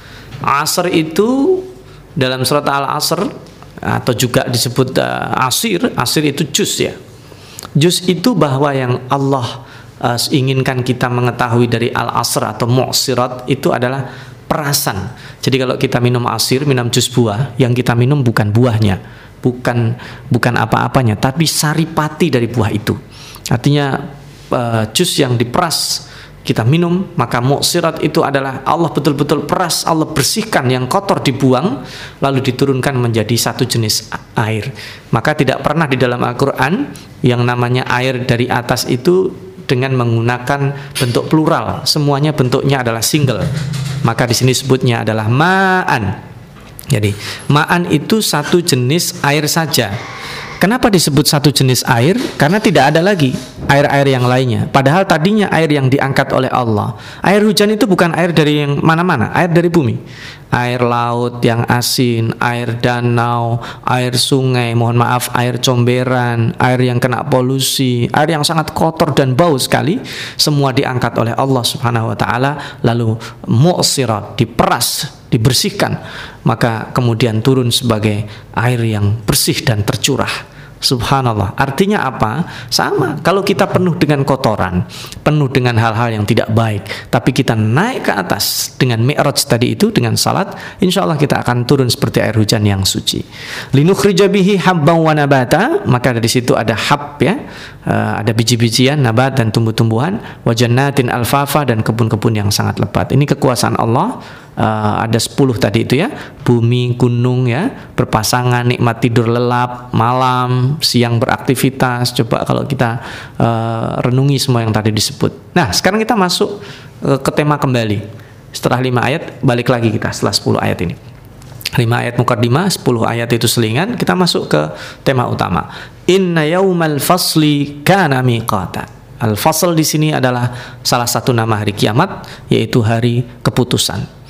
[SPEAKER 3] Asr itu dalam surat Al-Asr atau juga disebut uh, asir, asir itu juz ya. Juz itu bahwa yang Allah uh, inginkan kita mengetahui dari Al-Asr atau mu'sirat itu adalah perasan. Jadi kalau kita minum asir, minum jus buah, yang kita minum bukan buahnya, bukan bukan apa-apanya, tapi saripati dari buah itu. Artinya uh, jus yang diperas kita minum, maka mu'sirat itu adalah Allah betul-betul peras, Allah bersihkan yang kotor dibuang, lalu diturunkan menjadi satu jenis air. Maka tidak pernah di dalam Al-Quran yang namanya air dari atas itu dengan menggunakan bentuk plural, semuanya bentuknya adalah single. Maka di sini sebutnya adalah ma'an. Jadi ma'an itu satu jenis air saja. Kenapa disebut satu jenis air? Karena tidak ada lagi air-air yang lainnya. Padahal tadinya air yang diangkat oleh Allah. Air hujan itu bukan air dari yang mana-mana, air dari bumi. Air laut yang asin, air danau, air sungai, mohon maaf, air comberan, air yang kena polusi, air yang sangat kotor dan bau sekali, semua diangkat oleh Allah Subhanahu wa taala, lalu mu'sirat, diperas, dibersihkan, maka kemudian turun sebagai air yang bersih dan tercurah. Subhanallah. Artinya apa? Sama. Kalau kita penuh dengan kotoran, penuh dengan hal-hal yang tidak baik, tapi kita naik ke atas dengan mi'raj tadi itu, dengan salat, insya Allah kita akan turun seperti air hujan yang suci. Linukhrija bihi habban wa nabata, maka dari situ ada hab ya, uh, ada biji-bijian, nabat dan tumbuh-tumbuhan, wa jannatin alfafa, dan kebun-kebun yang sangat lebat. Ini kekuasaan Allah. Uh, ada sepuluh tadi itu ya, bumi, gunung ya, berpasangan, nikmat tidur lelap, malam, siang beraktivitas. Coba kalau kita uh, renungi semua yang tadi disebut. Nah sekarang kita masuk uh, ke tema kembali. Setelah lima ayat, balik lagi kita setelah sepuluh ayat ini. lima ayat muqaddimah, sepuluh ayat itu selingan. Kita masuk ke tema utama. Inna yaumal fasli kana miqata. Al-fasl di sini adalah salah satu nama hari kiamat, yaitu hari keputusan.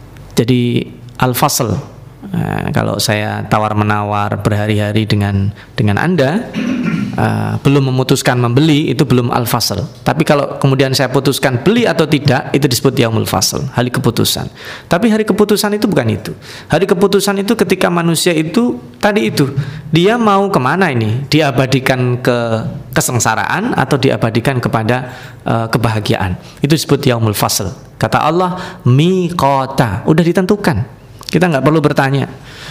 [SPEAKER 3] Jadi al-fasl, nah, kalau saya tawar-menawar berhari-hari dengan dengan Anda, uh, belum memutuskan membeli, itu belum al-fasl. Tapi kalau kemudian saya putuskan beli atau tidak, itu disebut yaumul fasl, hari keputusan. Tapi hari keputusan itu bukan itu. Hari keputusan itu ketika manusia itu tadi itu, dia mau kemana ini? Diabadikan ke kesengsaraan atau diabadikan kepada uh, kebahagiaan. Itu disebut yaumul fasl. Kata Allah, miqata, udah ditentukan. Kita nggak perlu bertanya.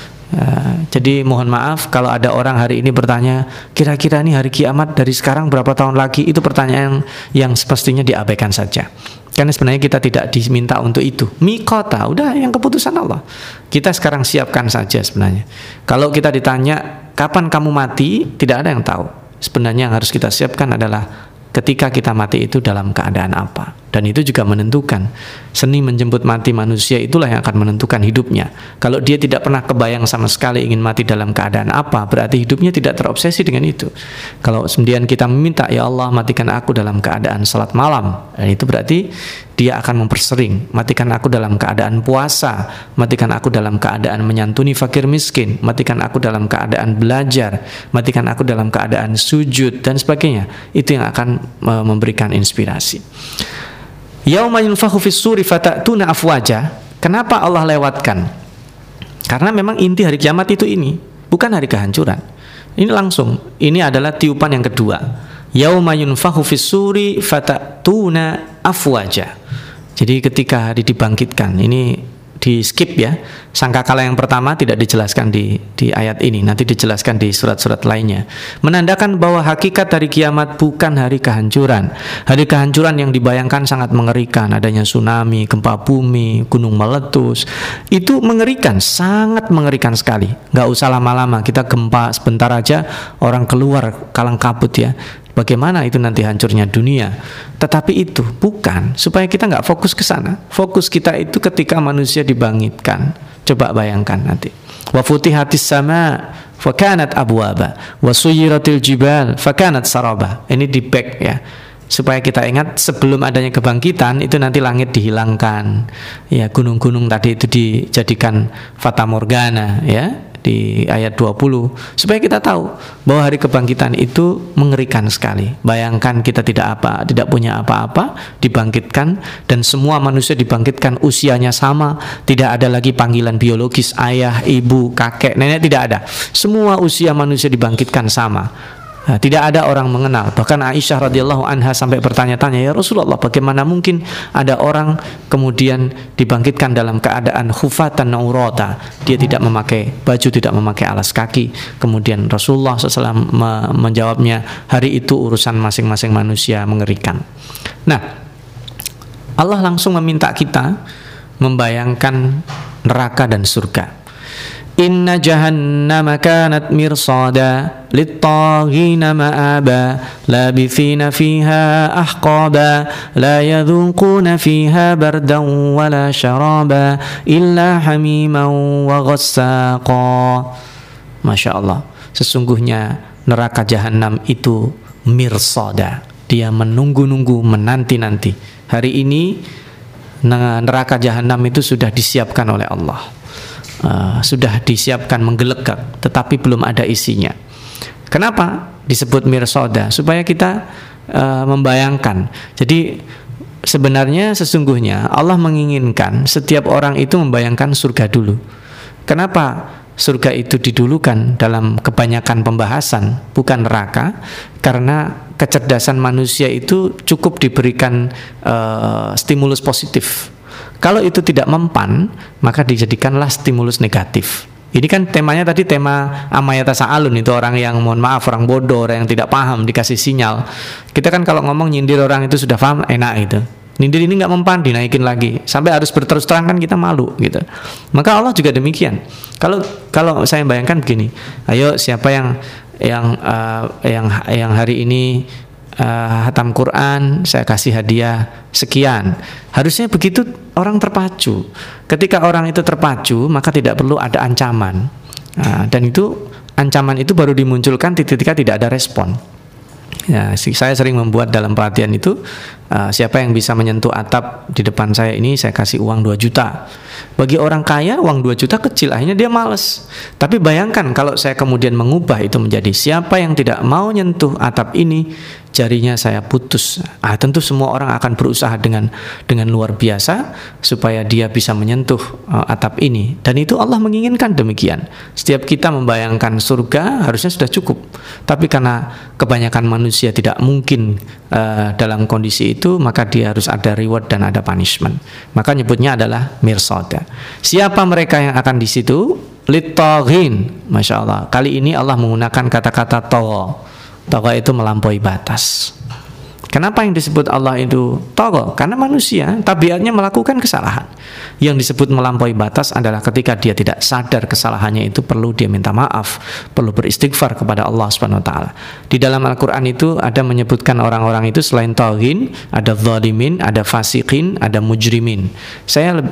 [SPEAKER 3] Uh, jadi mohon maaf kalau ada orang hari ini bertanya, kira-kira ini hari kiamat dari sekarang berapa tahun lagi? Itu pertanyaan yang semestinya diabaikan saja. Karena sebenarnya kita tidak diminta untuk itu. Miqata, udah yang keputusan Allah. Kita sekarang siapkan saja sebenarnya. Kalau kita ditanya kapan kamu mati, tidak ada yang tahu. Sebenarnya yang harus kita siapkan adalah ketika kita mati itu dalam keadaan apa. Dan itu juga menentukan. Seni menjemput mati manusia itulah yang akan menentukan hidupnya. Kalau dia tidak pernah kebayang sama sekali ingin mati dalam keadaan apa, berarti hidupnya tidak terobsesi dengan itu. Kalau kemudian kita meminta, ya Allah matikan aku dalam keadaan salat malam, dan itu berarti dia akan mempersering. Matikan aku dalam keadaan puasa, matikan aku dalam keadaan menyantuni fakir miskin, matikan aku dalam keadaan belajar, matikan aku dalam keadaan sujud, dan sebagainya. Itu yang akan memberikan inspirasi. Yauma yunfakhu fis-suri fatatuna afwaja. Kenapa Allah lewatkan? Karena memang inti hari kiamat itu ini, bukan hari kehancuran. Ini langsung, ini adalah tiupan yang kedua. Yauma yunfakhu fis-suri fatatuna afwaja. Jadi ketika hari dibangkitkan, ini di skip ya. Sangkakala yang pertama tidak dijelaskan di di ayat ini, nanti dijelaskan di surat-surat lainnya. Menandakan bahwa hakikat hari kiamat bukan hari kehancuran. Hari kehancuran yang dibayangkan sangat mengerikan, adanya tsunami, gempa bumi, gunung meletus. Itu mengerikan, sangat mengerikan sekali. Nggak usah lama-lama, kita gempa sebentar aja orang keluar kalang kabut ya. Bagaimana itu nanti hancurnya dunia. Tetapi itu bukan, supaya kita nggak fokus ke sana. Fokus kita itu ketika manusia dibangkitkan. Coba bayangkan nanti. Wa futihatis sama fa kanat abwaba wa suyiratil jibal fa kanat saraba. Ini di back ya. Supaya kita ingat sebelum adanya kebangkitan itu nanti langit dihilangkan. Ya, gunung-gunung tadi itu dijadikan fata morgana ya. Di ayat dua puluh, supaya kita tahu bahwa hari kebangkitan itu mengerikan sekali. Bayangkan kita tidak apa, tidak punya apa-apa, dibangkitkan, dan semua manusia dibangkitkan usianya sama, tidak ada lagi panggilan biologis ayah, ibu, kakek, nenek, tidak ada. Semua usia manusia dibangkitkan sama. Nah, tidak ada orang mengenal. Bahkan Aisyah radhiyallahu anha sampai bertanya-tanya, ya Rasulullah, bagaimana mungkin ada orang kemudian dibangkitkan dalam keadaan khufatan urata, dia tidak memakai baju, tidak memakai alas kaki. Kemudian Rasulullah shallallahu alaihi wasallam me- menjawabnya, hari itu urusan masing-masing manusia, mengerikan. Nah, Allah langsung meminta kita membayangkan neraka dan surga. Inna jahannama kanat mirsada lit-taghina ma'aba labithina fiha ahqaba la yadhuquna fiha bardan wala syaraba illa hamiman wa ghassaqa. Masya Allah, sesungguhnya neraka jahanam itu mirsada, dia menunggu-nunggu, menanti-nanti. Hari ini neraka jahanam itu sudah disiapkan oleh Allah. Uh, sudah disiapkan menggelegak, tetapi belum ada isinya. Kenapa disebut mirsoda? Supaya kita uh, membayangkan. Jadi sebenarnya sesungguhnya Allah menginginkan setiap orang itu membayangkan surga dulu. Kenapa surga itu didulukan dalam kebanyakan pembahasan, bukan neraka? Karena kecerdasan manusia itu cukup diberikan uh, stimulus positif. Kalau itu tidak mempan, maka dijadikanlah stimulus negatif. Ini kan temanya tadi tema amayata sa'alun, itu orang yang mohon maaf, orang bodoh, orang yang tidak paham, dikasih sinyal. Kita kan kalau ngomong nyindir orang itu sudah paham, enak itu. Nyindir ini nggak mempan, dinaikin lagi. Sampai harus berterus terang kan kita malu gitu. Maka Allah juga demikian. Kalau kalau saya bayangkan begini, ayo siapa yang yang uh, yang yang hari ini Uh, hatam Quran, saya kasih hadiah sekian. Harusnya begitu orang terpacu. Ketika orang itu terpacu, maka tidak perlu ada ancaman. Nah, dan itu ancaman itu baru dimunculkan ketika tidak ada respon. Ya, saya sering membuat dalam pelatihan itu Uh, siapa yang bisa menyentuh atap di depan saya ini, saya kasih uang dua juta. Bagi orang kaya uang dua juta kecil, akhirnya dia malas. Tapi bayangkan kalau saya kemudian mengubah itu menjadi siapa yang tidak mau nyentuh atap ini, jarinya saya putus. Ah, tentu semua orang akan berusaha dengan dengan luar biasa supaya dia bisa menyentuh uh, atap ini. Dan itu Allah menginginkan demikian. Setiap kita membayangkan surga harusnya sudah cukup. Tapi karena kebanyakan manusia tidak mungkin uh, dalam kondisi itu, maka dia harus ada reward dan ada punishment. Maka nyebutnya adalah mirsad. Siapa mereka yang akan di situ? Lit-taghin. Masya Allah. Kali ini Allah menggunakan kata-kata tagha. Tagha itu melampaui batas. Kenapa yang disebut Allah itu tagha? Karena manusia tabiatnya melakukan kesalahan. Yang disebut melampaui batas adalah ketika dia tidak sadar kesalahannya itu, perlu dia minta maaf, perlu beristighfar kepada Allah Subhanahu wa taala. Di dalam Al-Qur'an itu ada menyebutkan orang-orang itu selain taghin, ada zalimin, ada fasiqin, ada mujrimin. Saya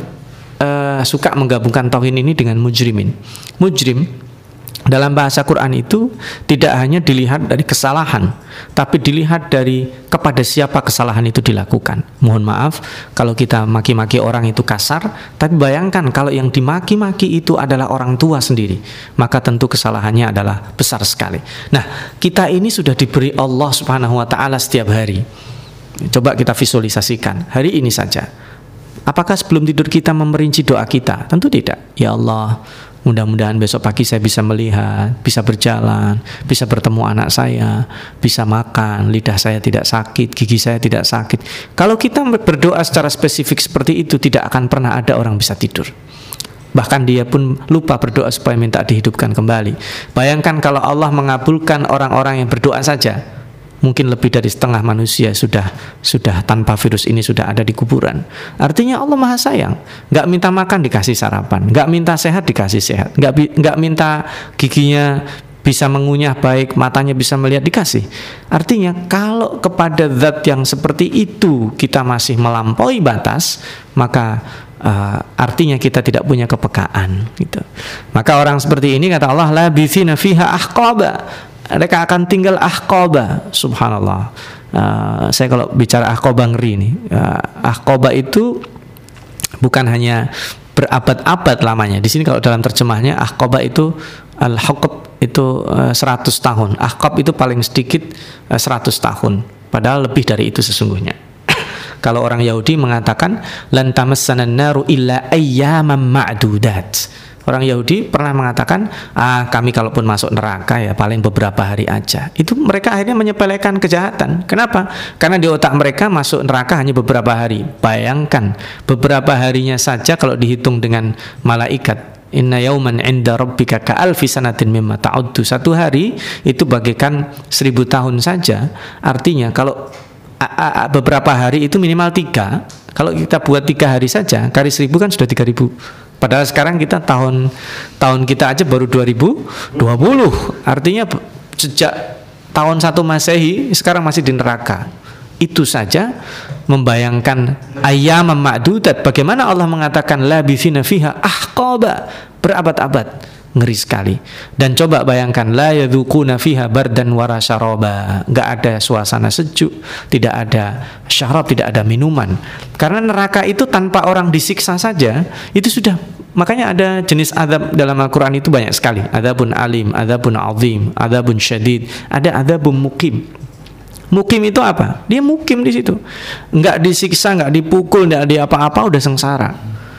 [SPEAKER 3] uh, suka menggabungkan taghin ini dengan mujrimin. Mujrim dalam bahasa Quran itu tidak hanya dilihat dari kesalahan, tapi dilihat dari kepada siapa kesalahan itu dilakukan. Mohon maaf kalau kita maki-maki orang itu kasar, tapi bayangkan kalau yang dimaki-maki itu adalah orang tua sendiri, maka tentu kesalahannya adalah besar sekali. Nah, kita ini sudah diberi Allah Subhanahu wa taala setiap hari. Coba kita visualisasikan hari ini saja. Apakah sebelum tidur kita memerinci doa kita? Tentu tidak. Ya Allah, mudah-mudahan besok pagi saya bisa melihat, bisa berjalan, bisa bertemu anak saya, bisa makan, lidah saya tidak sakit, gigi saya tidak sakit. Kalau kita berdoa secara spesifik seperti itu, tidak akan pernah ada orang bisa tidur. Bahkan dia pun lupa berdoa supaya minta dihidupkan kembali. Bayangkan kalau Allah mengabulkan orang-orang yang berdoa saja, mungkin lebih dari setengah manusia sudah sudah tanpa virus ini sudah ada di kuburan. Artinya Allah Maha Sayang. Nggak minta makan dikasih sarapan, nggak minta sehat dikasih sehat, nggak nggak minta giginya bisa mengunyah baik, matanya bisa melihat dikasih. Artinya kalau kepada zat yang seperti itu kita masih melampaui batas, maka Uh, artinya kita tidak punya kepekaan gitu. Maka orang seperti ini kata Allah, labithina fiha ahqaba, mereka akan tinggal ahqaba. Subhanallah. Uh, saya kalau bicara ahqaba ngeri nih. Uh, ahqaba itu bukan hanya berabad-abad lamanya. Di sini kalau dalam terjemahnya ahqaba itu al-haqab itu uh, seratus tahun. Ahqab itu paling sedikit uh, seratus tahun. Padahal lebih dari itu sesungguhnya. Kalau orang Yahudi mengatakan lan tamassanan naru illa ayyaman ma'dudat. Orang Yahudi pernah mengatakan, ah kami kalaupun masuk neraka ya paling beberapa hari aja. Itu mereka akhirnya menyepelekan kejahatan. Kenapa? Karena di otak mereka masuk neraka hanya beberapa hari. Bayangkan beberapa harinya saja kalau dihitung dengan malaikat. Inna yauman inda rabbika ka'alfi sanatin mimma ta'uddu. Satu hari itu bagaikan seribu tahun saja. Artinya kalau a, a, beberapa hari itu minimal tiga. Kalau kita buat tiga hari saja, kali seribu kan sudah tiga ribu. Padahal sekarang kita tahun tahun kita aja baru dua ribu dua puluh. Artinya sejak tahun satu Masehi sekarang masih di neraka. Itu saja membayangkan ayyam ma'dudat. Bagaimana Allah mengatakan labithina fiha ahqaba, berabad-abad. Ngeri sekali. Dan coba bayangkan la yadzuquna fiha bardan wala syaraba. Enggak ada suasana sejuk, tidak ada syarab, tidak ada minuman. Karena neraka itu tanpa orang disiksa saja itu sudah. Makanya ada jenis azab dalam Al-Qur'an itu banyak sekali. Adzabun alim, adzabun azim, adzabun syadid, ada adzabun mukim. Mukim itu apa? Dia mukim di situ. Enggak disiksa, enggak dipukul, enggak di apa-apa, udah sengsara.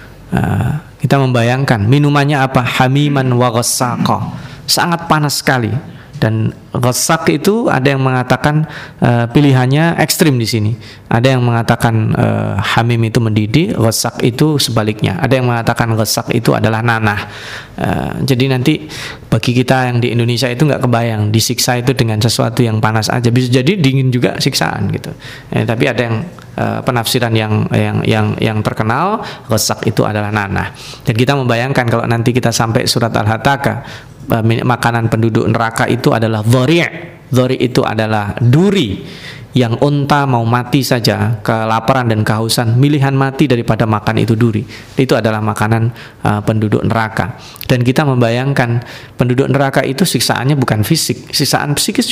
[SPEAKER 3] Uh, kita membayangkan minumannya apa? Hamiman wa ghassaqa. Sangat panas sekali. Dan ghassaq itu ada yang mengatakan uh, pilihannya ekstrim di sini. Ada yang mengatakan uh, hamim itu mendidih, ghassaq itu sebaliknya. Ada yang mengatakan ghassaq itu adalah nanah. Uh, jadi nanti bagi kita yang di Indonesia itu nggak kebayang disiksa itu dengan sesuatu yang panas aja. Bisa jadi dingin juga siksaan gitu. Eh, tapi ada yang uh, penafsiran yang yang yang yang terkenal ghassaq itu adalah nanah. Dan kita membayangkan kalau nanti kita sampai surat Al-Hataka, makanan penduduk neraka itu adalah dhari'. Dhari' itu adalah duri. Yang unta mau mati saja kelaparan dan kehausan, milihan mati daripada makan itu duri. Itu adalah makanan uh, penduduk neraka. Dan kita membayangkan penduduk neraka itu siksaannya bukan fisik, siksaan psikis juga.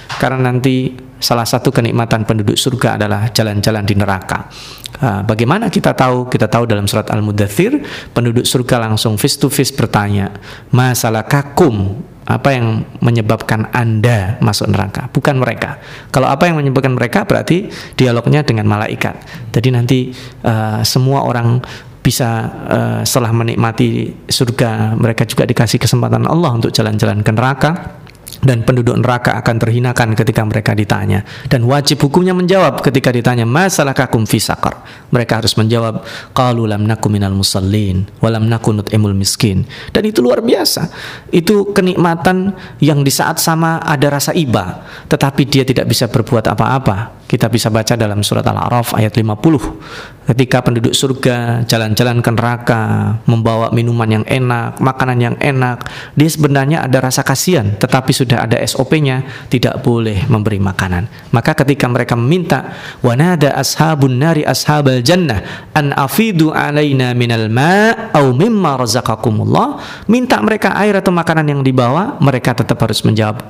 [SPEAKER 3] Karena nanti salah satu kenikmatan penduduk surga adalah jalan-jalan di neraka. Uh, bagaimana kita tahu? Kita tahu dalam surat Al-Mudaththir, penduduk surga langsung face to face bertanya, masalakakum, apa yang menyebabkan Anda masuk neraka? Bukan mereka. Kalau apa yang menyebabkan mereka, berarti dialognya dengan malaikat. Jadi nanti uh, semua orang bisa uh, setelah menikmati surga, mereka juga dikasih kesempatan Allah untuk jalan-jalan ke neraka. Dan penduduk neraka akan terhinakan ketika mereka ditanya, dan wajib hukumnya menjawab ketika ditanya masalakakum fi saqar. Mereka harus menjawab qalu lam naku minal musallin wa lam naku nut'imul miskin. Dan itu luar biasa. Itu kenikmatan yang di saat sama ada rasa iba, tetapi dia tidak bisa berbuat apa-apa. Kita bisa baca dalam surat Al-A'raf ayat lima puluh. Ketika penduduk surga jalan-jalan ke neraka, membawa minuman yang enak, makanan yang enak, dia sebenarnya ada rasa kasihan, tetapi sudah ada S O P-nya, tidak boleh memberi makanan. Maka ketika mereka meminta, wanada ashabun nari ashabal jannah an afidu alaina minal ma' au mimma razaqakumullah, minta mereka air atau makanan yang dibawa, mereka tetap harus menjawab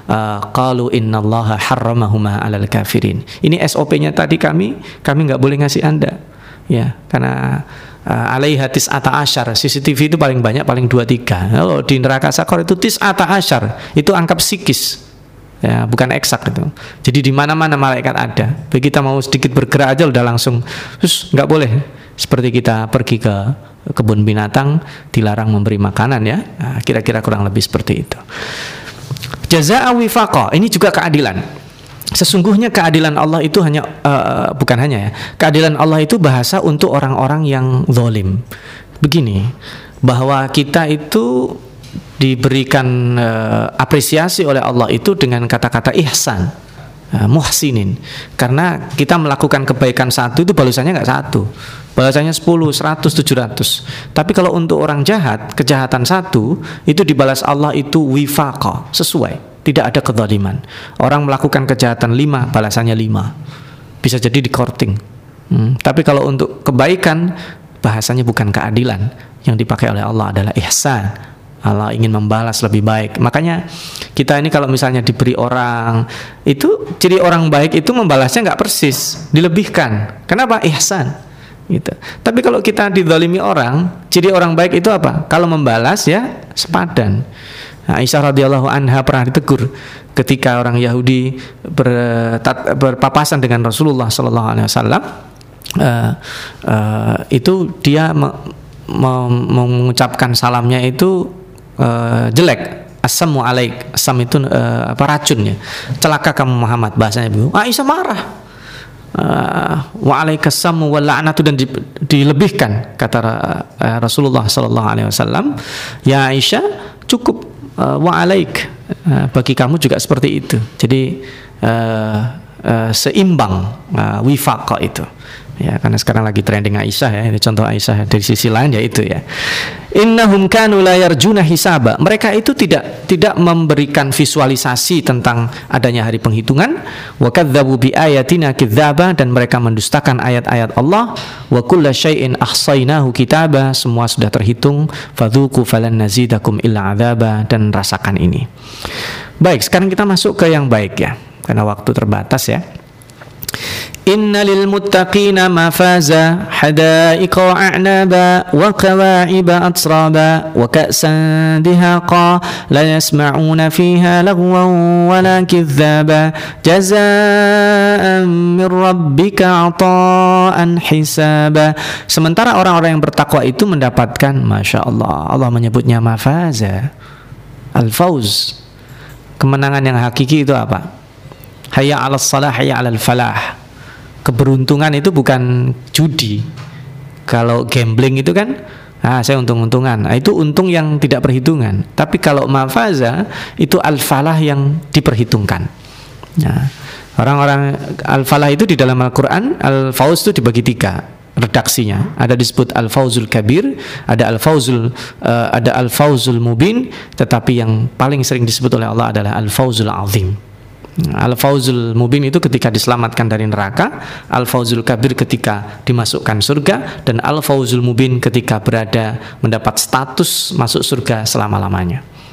[SPEAKER 3] qalu innallaha harramahuma 'alal kafirin. Ini S O P-nya tadi kami, kami nggak boleh ngasih Anda. Ya, karena uh, alaiha tis'ata asyar, C C T V itu paling banyak paling dua tiga. Kalau di neraka sakor itu tis'ata asyar, itu angka psikis. Ya, bukan eksak itu. Jadi di mana-mana malaikat ada. Begitu kita mau sedikit bergerak aja udah langsung terus nggak boleh. Seperti kita pergi ke kebun binatang dilarang memberi makanan ya. Nah, kira-kira kurang lebih seperti itu. Jazaa'a wifaqa, ini juga keadilan. Sesungguhnya keadilan Allah itu hanya uh, bukan hanya ya. Keadilan Allah itu bahasa untuk orang-orang yang zalim. Begini, bahwa kita itu diberikan uh, apresiasi oleh Allah itu dengan kata-kata ihsan, uh, muhsinin. Karena kita melakukan kebaikan satu itu balasannya nggak satu, balasannya sepuluh, seratus, tujuh ratus. Tapi kalau untuk orang jahat, kejahatan satu itu dibalas Allah itu wifaqa, sesuai. Tidak ada kezaliman. Orang melakukan kejahatan lima, balasannya lima. Bisa jadi di-korting. Hmm. Tapi kalau untuk kebaikan, bahasanya bukan keadilan. Yang dipakai oleh Allah adalah ihsan. Allah ingin membalas lebih baik. Makanya kita ini kalau misalnya diberi orang, itu ciri orang baik itu membalasnya nggak persis, dilebihkan. Kenapa? Ihsan. Gitu. Tapi kalau kita dizalimi orang, ciri orang baik itu apa? Kalau membalas ya sepadan. Aisyah radhiyallahu anha pernah ditegur ketika orang Yahudi bertat, berpapasan dengan Rasulullah sallallahu alaihi wasallam. Uh, uh, itu dia me, me, mengucapkan salamnya itu uh, jelek. Assamu alaik. Assam itu uh, apa racunnya. Celaka kamu Muhammad, bahasanya begitu. Aisyah marah. Uh, wa alaikassamu wal la'natu, dan di, dilebihkan kata uh, Rasulullah sallallahu alaihi wasallam, ya Aisyah, cukup uh, wa alaik, uh, bagi kamu juga seperti itu. Jadi uh, uh, seimbang uh, wifaqa itu. Ya, karena sekarang lagi trending Aisyah ya, ini contoh Aisyah dari sisi lain ya itu ya. Innahum kanu la yarjuna hisaba. Mereka itu tidak tidak memberikan visualisasi tentang adanya hari penghitungan. Wa kadzdzabu bi ayatina kidzaba, dan mereka mendustakan ayat-ayat Allah. Wa kullu syai'in ahsainahu kitaba, semua sudah terhitung. Fadzuqu falan nazidakum illa adzaba, dan rasakan ini. Baik, sekarang kita masuk ke yang baik ya, karena waktu terbatas ya. Inna lil muttaqina mafaza hadaiqa wa a'naba wa kawa'iba atraba wa ka'san dihaqa la yasma'una fiha lagwan wa la kidhaba jazaa'an min rabbika 'ata'an hisaba. Sementara orang-orang yang bertakwa itu mendapatkan, Masya Allah, Allah menyebutnya mafaza, al-fawz, kemenangan yang hakiki itu apa? Hayya 'alas salah, hayya 'alal falah. Keberuntungan itu bukan judi. Kalau gambling itu kan, ah saya untung-untungan. Nah, itu untung yang tidak perhitungan. Tapi kalau mafaza itu al-falah yang diperhitungkan. Nah, orang-orang al-falah itu di dalam Al-Quran, al-fawz itu dibagi tiga redaksinya. Ada disebut al-fawzul kabir, ada al-fawzul uh, ada al-fawzul mubin, tetapi yang paling sering disebut oleh Allah adalah al-fawzul azim. Al-fawzul mubin itu ketika diselamatkan dari neraka, al-fawzul kabir ketika dimasukkan surga, dan al-fawzul mubin ketika berada mendapat status masuk surga selama-lamanya.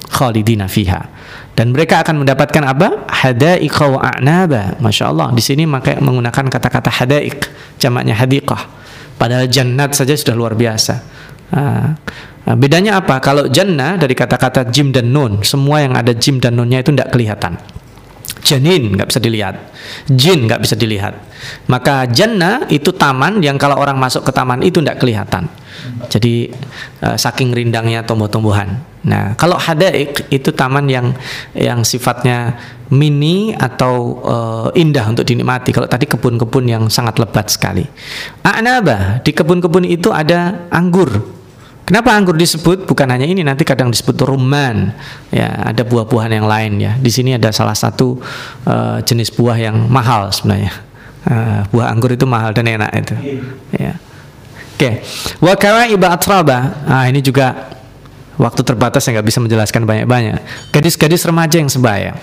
[SPEAKER 3] khalidina fiha. Dan mereka akan mendapatkan apa? Hadaiqa wa a'naba. Masya Allah, di sini maka menggunakan kata-kata hadaiq, jamaknya hadiqah. Padahal jannat saja sudah luar biasa. Nah, bedanya apa? Kalau jannah dari kata-kata jim dan nun, semua yang ada jim dan nunnya itu tidak kelihatan. Janin nggak bisa dilihat, jin nggak bisa dilihat. Maka jannah itu taman yang kalau orang masuk ke taman itu tidak kelihatan. Jadi uh, saking rindangnya tumbuh-tumbuhan. Nah, kalau hadaiq itu taman yang yang sifatnya mini atau uh, indah untuk dinikmati. Kalau tadi kebun-kebun yang sangat lebat sekali. A'naba, di kebun-kebun itu ada anggur. Kenapa anggur disebut? Bukan hanya ini, nanti kadang disebut rumman. Ya, ada buah-buahan yang lain ya. Di sini ada salah satu uh, jenis buah yang mahal sebenarnya. Uh, buah anggur itu mahal dan enak itu. Ya. Oke. Wa kawaiba atraba. Ah, ini juga waktu terbatas, saya nggak bisa menjelaskan banyak-banyak. Gadis-gadis remaja yang sebaya.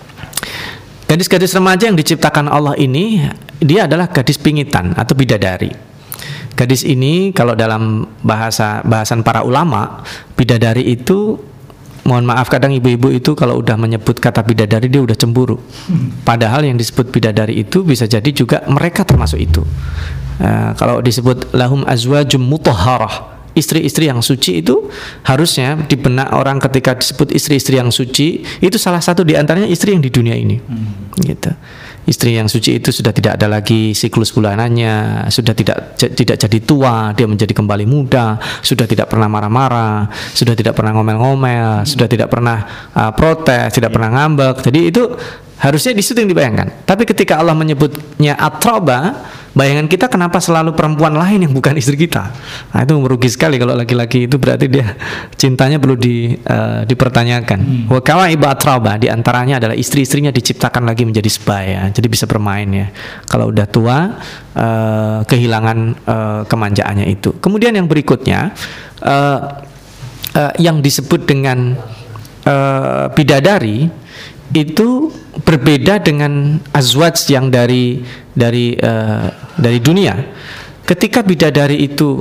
[SPEAKER 3] Gadis-gadis remaja yang diciptakan Allah ini, dia adalah gadis pingitan atau bidadari. Gadis ini kalau dalam bahasa bahasan para ulama, bidadari itu, mohon maaf kadang ibu-ibu itu kalau udah menyebut kata bidadari dia udah cemburu. Padahal yang disebut bidadari itu bisa jadi juga mereka termasuk itu. Uh, kalau disebut lahum azwajum mutahharah, istri-istri yang suci, itu harusnya di benak orang ketika disebut istri-istri yang suci itu salah satu di antaranya istri yang di dunia ini. Hmm. Gitu. Istri yang suci itu sudah tidak ada lagi siklus bulanannya, sudah tidak j- tidak jadi tua, dia menjadi kembali muda, sudah tidak pernah marah-marah, sudah tidak pernah ngomel-ngomel, hmm. sudah tidak pernah uh, protes, tidak pernah ngambek. Jadi itu harusnya di situ yang dibayangkan. Tapi ketika Allah menyebutnya atroba, bayangan kita kenapa selalu perempuan lain yang bukan istri kita? Nah, itu merugi sekali. Kalau laki-laki itu berarti dia cintanya perlu di, uh, dipertanyakan. Wa kawaiba atroba, di antaranya adalah istri-istrinya diciptakan lagi menjadi sebaya, jadi bisa bermain ya. Kalau udah tua, uh, kehilangan uh, kemanjaannya itu. Kemudian yang berikutnya, uh, uh, yang disebut dengan uh, bidadari itu berbeda dengan azwaj yang dari dari uh, dari dunia. Ketika bidadari itu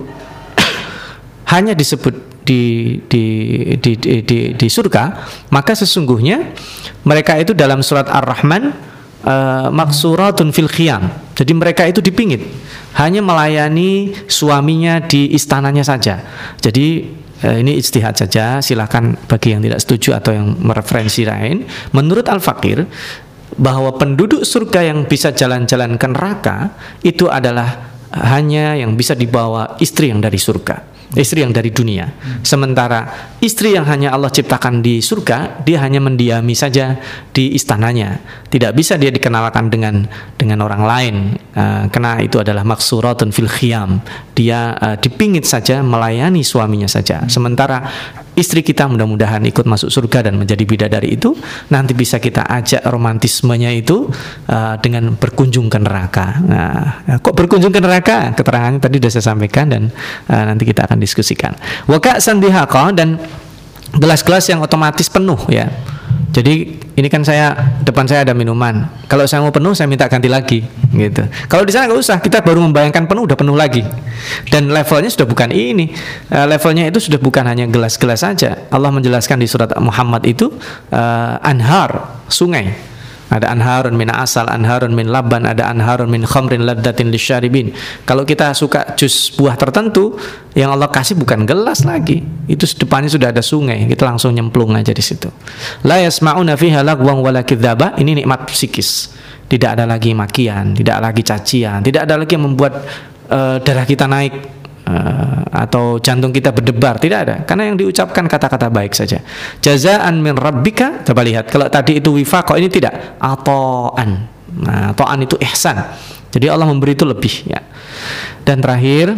[SPEAKER 3] hanya disebut di di, di di di di surga, maka sesungguhnya mereka itu dalam surat Ar-Rahman uh, maksuratun fil khiyam. Jadi mereka itu dipingit, hanya melayani suaminya di istananya saja. Jadi ini ijtihad saja, silakan bagi yang tidak setuju atau yang mereferensi lain. Menurut Al-Fakir, bahwa penduduk surga yang bisa jalan-jalan ke neraka itu adalah hanya yang bisa dibawa istri yang dari surga, istri yang dari dunia. Sementara istri yang hanya Allah ciptakan di surga, dia hanya mendiami saja di istananya, tidak bisa dia dikenalkan dengan dengan orang lain, uh, karena itu adalah maksuratun fil khiyam. Dia uh, dipingit saja, melayani suaminya saja. Sementara istri kita mudah-mudahan ikut masuk surga dan menjadi bidadari itu, nanti bisa kita ajak romantismenya itu uh, dengan berkunjung ke neraka. Nah, kok berkunjung ke neraka? Keterangannya tadi sudah saya sampaikan dan uh, nanti kita akan diskusikan. Wa ka'san dihaqa, dan gelas-gelas yang otomatis penuh ya. Jadi ini kan saya, depan saya ada minuman. Kalau saya mau penuh, saya minta ganti lagi, gitu. Kalau di sana nggak usah, kita baru membayangkan penuh, udah penuh lagi. Dan levelnya sudah bukan ini, uh, levelnya itu sudah bukan hanya gelas-gelas saja. Allah menjelaskan di surat Muhammad itu uh, anhar, sungai. Ada anharun min asal, anharun min laban, ada anharun min khamrin laddatin lisyaribin. Kalau kita suka jus buah tertentu, yang Allah kasih bukan gelas lagi, itu depannya sudah ada sungai, kita langsung nyemplung aja di situ. La yasma'una fiha lagwan wala kidzaba. Ini nikmat psikis. Tidak ada lagi makian, tidak lagi cacian, tidak ada lagi yang membuat uh, darah kita naik, Uh, atau jantung kita berdebar, tidak ada, karena yang diucapkan kata-kata baik saja. Jazaan min rabbika. Coba lihat, kalau tadi itu wifaq, ini tidak, atoan. Nah, atoan itu ihsan. Jadi Allah memberi itu lebih ya. Dan terakhir,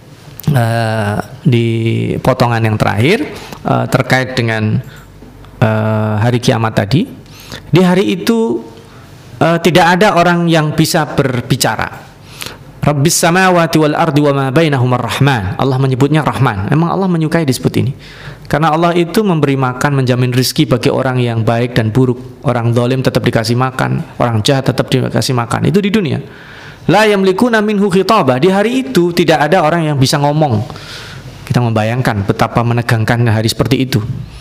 [SPEAKER 3] uh, di potongan yang terakhir uh, terkait dengan uh, hari kiamat tadi, di hari itu uh, tidak ada orang yang bisa berbicara. Rabbis samawati wal ardi wa ma bainahumar rahman. Allah menyebutnya Rahman. Memang Allah menyukai disebut ini, karena Allah itu memberi makan, menjamin rizki bagi orang yang baik dan buruk. Orang zalim tetap dikasih makan, orang jahat tetap dikasih makan. Itu di dunia. La yamlikuna minhu khitaba. Di hari itu tidak ada orang yang bisa ngomong. Kita membayangkan betapa menegangkan hari seperti itu.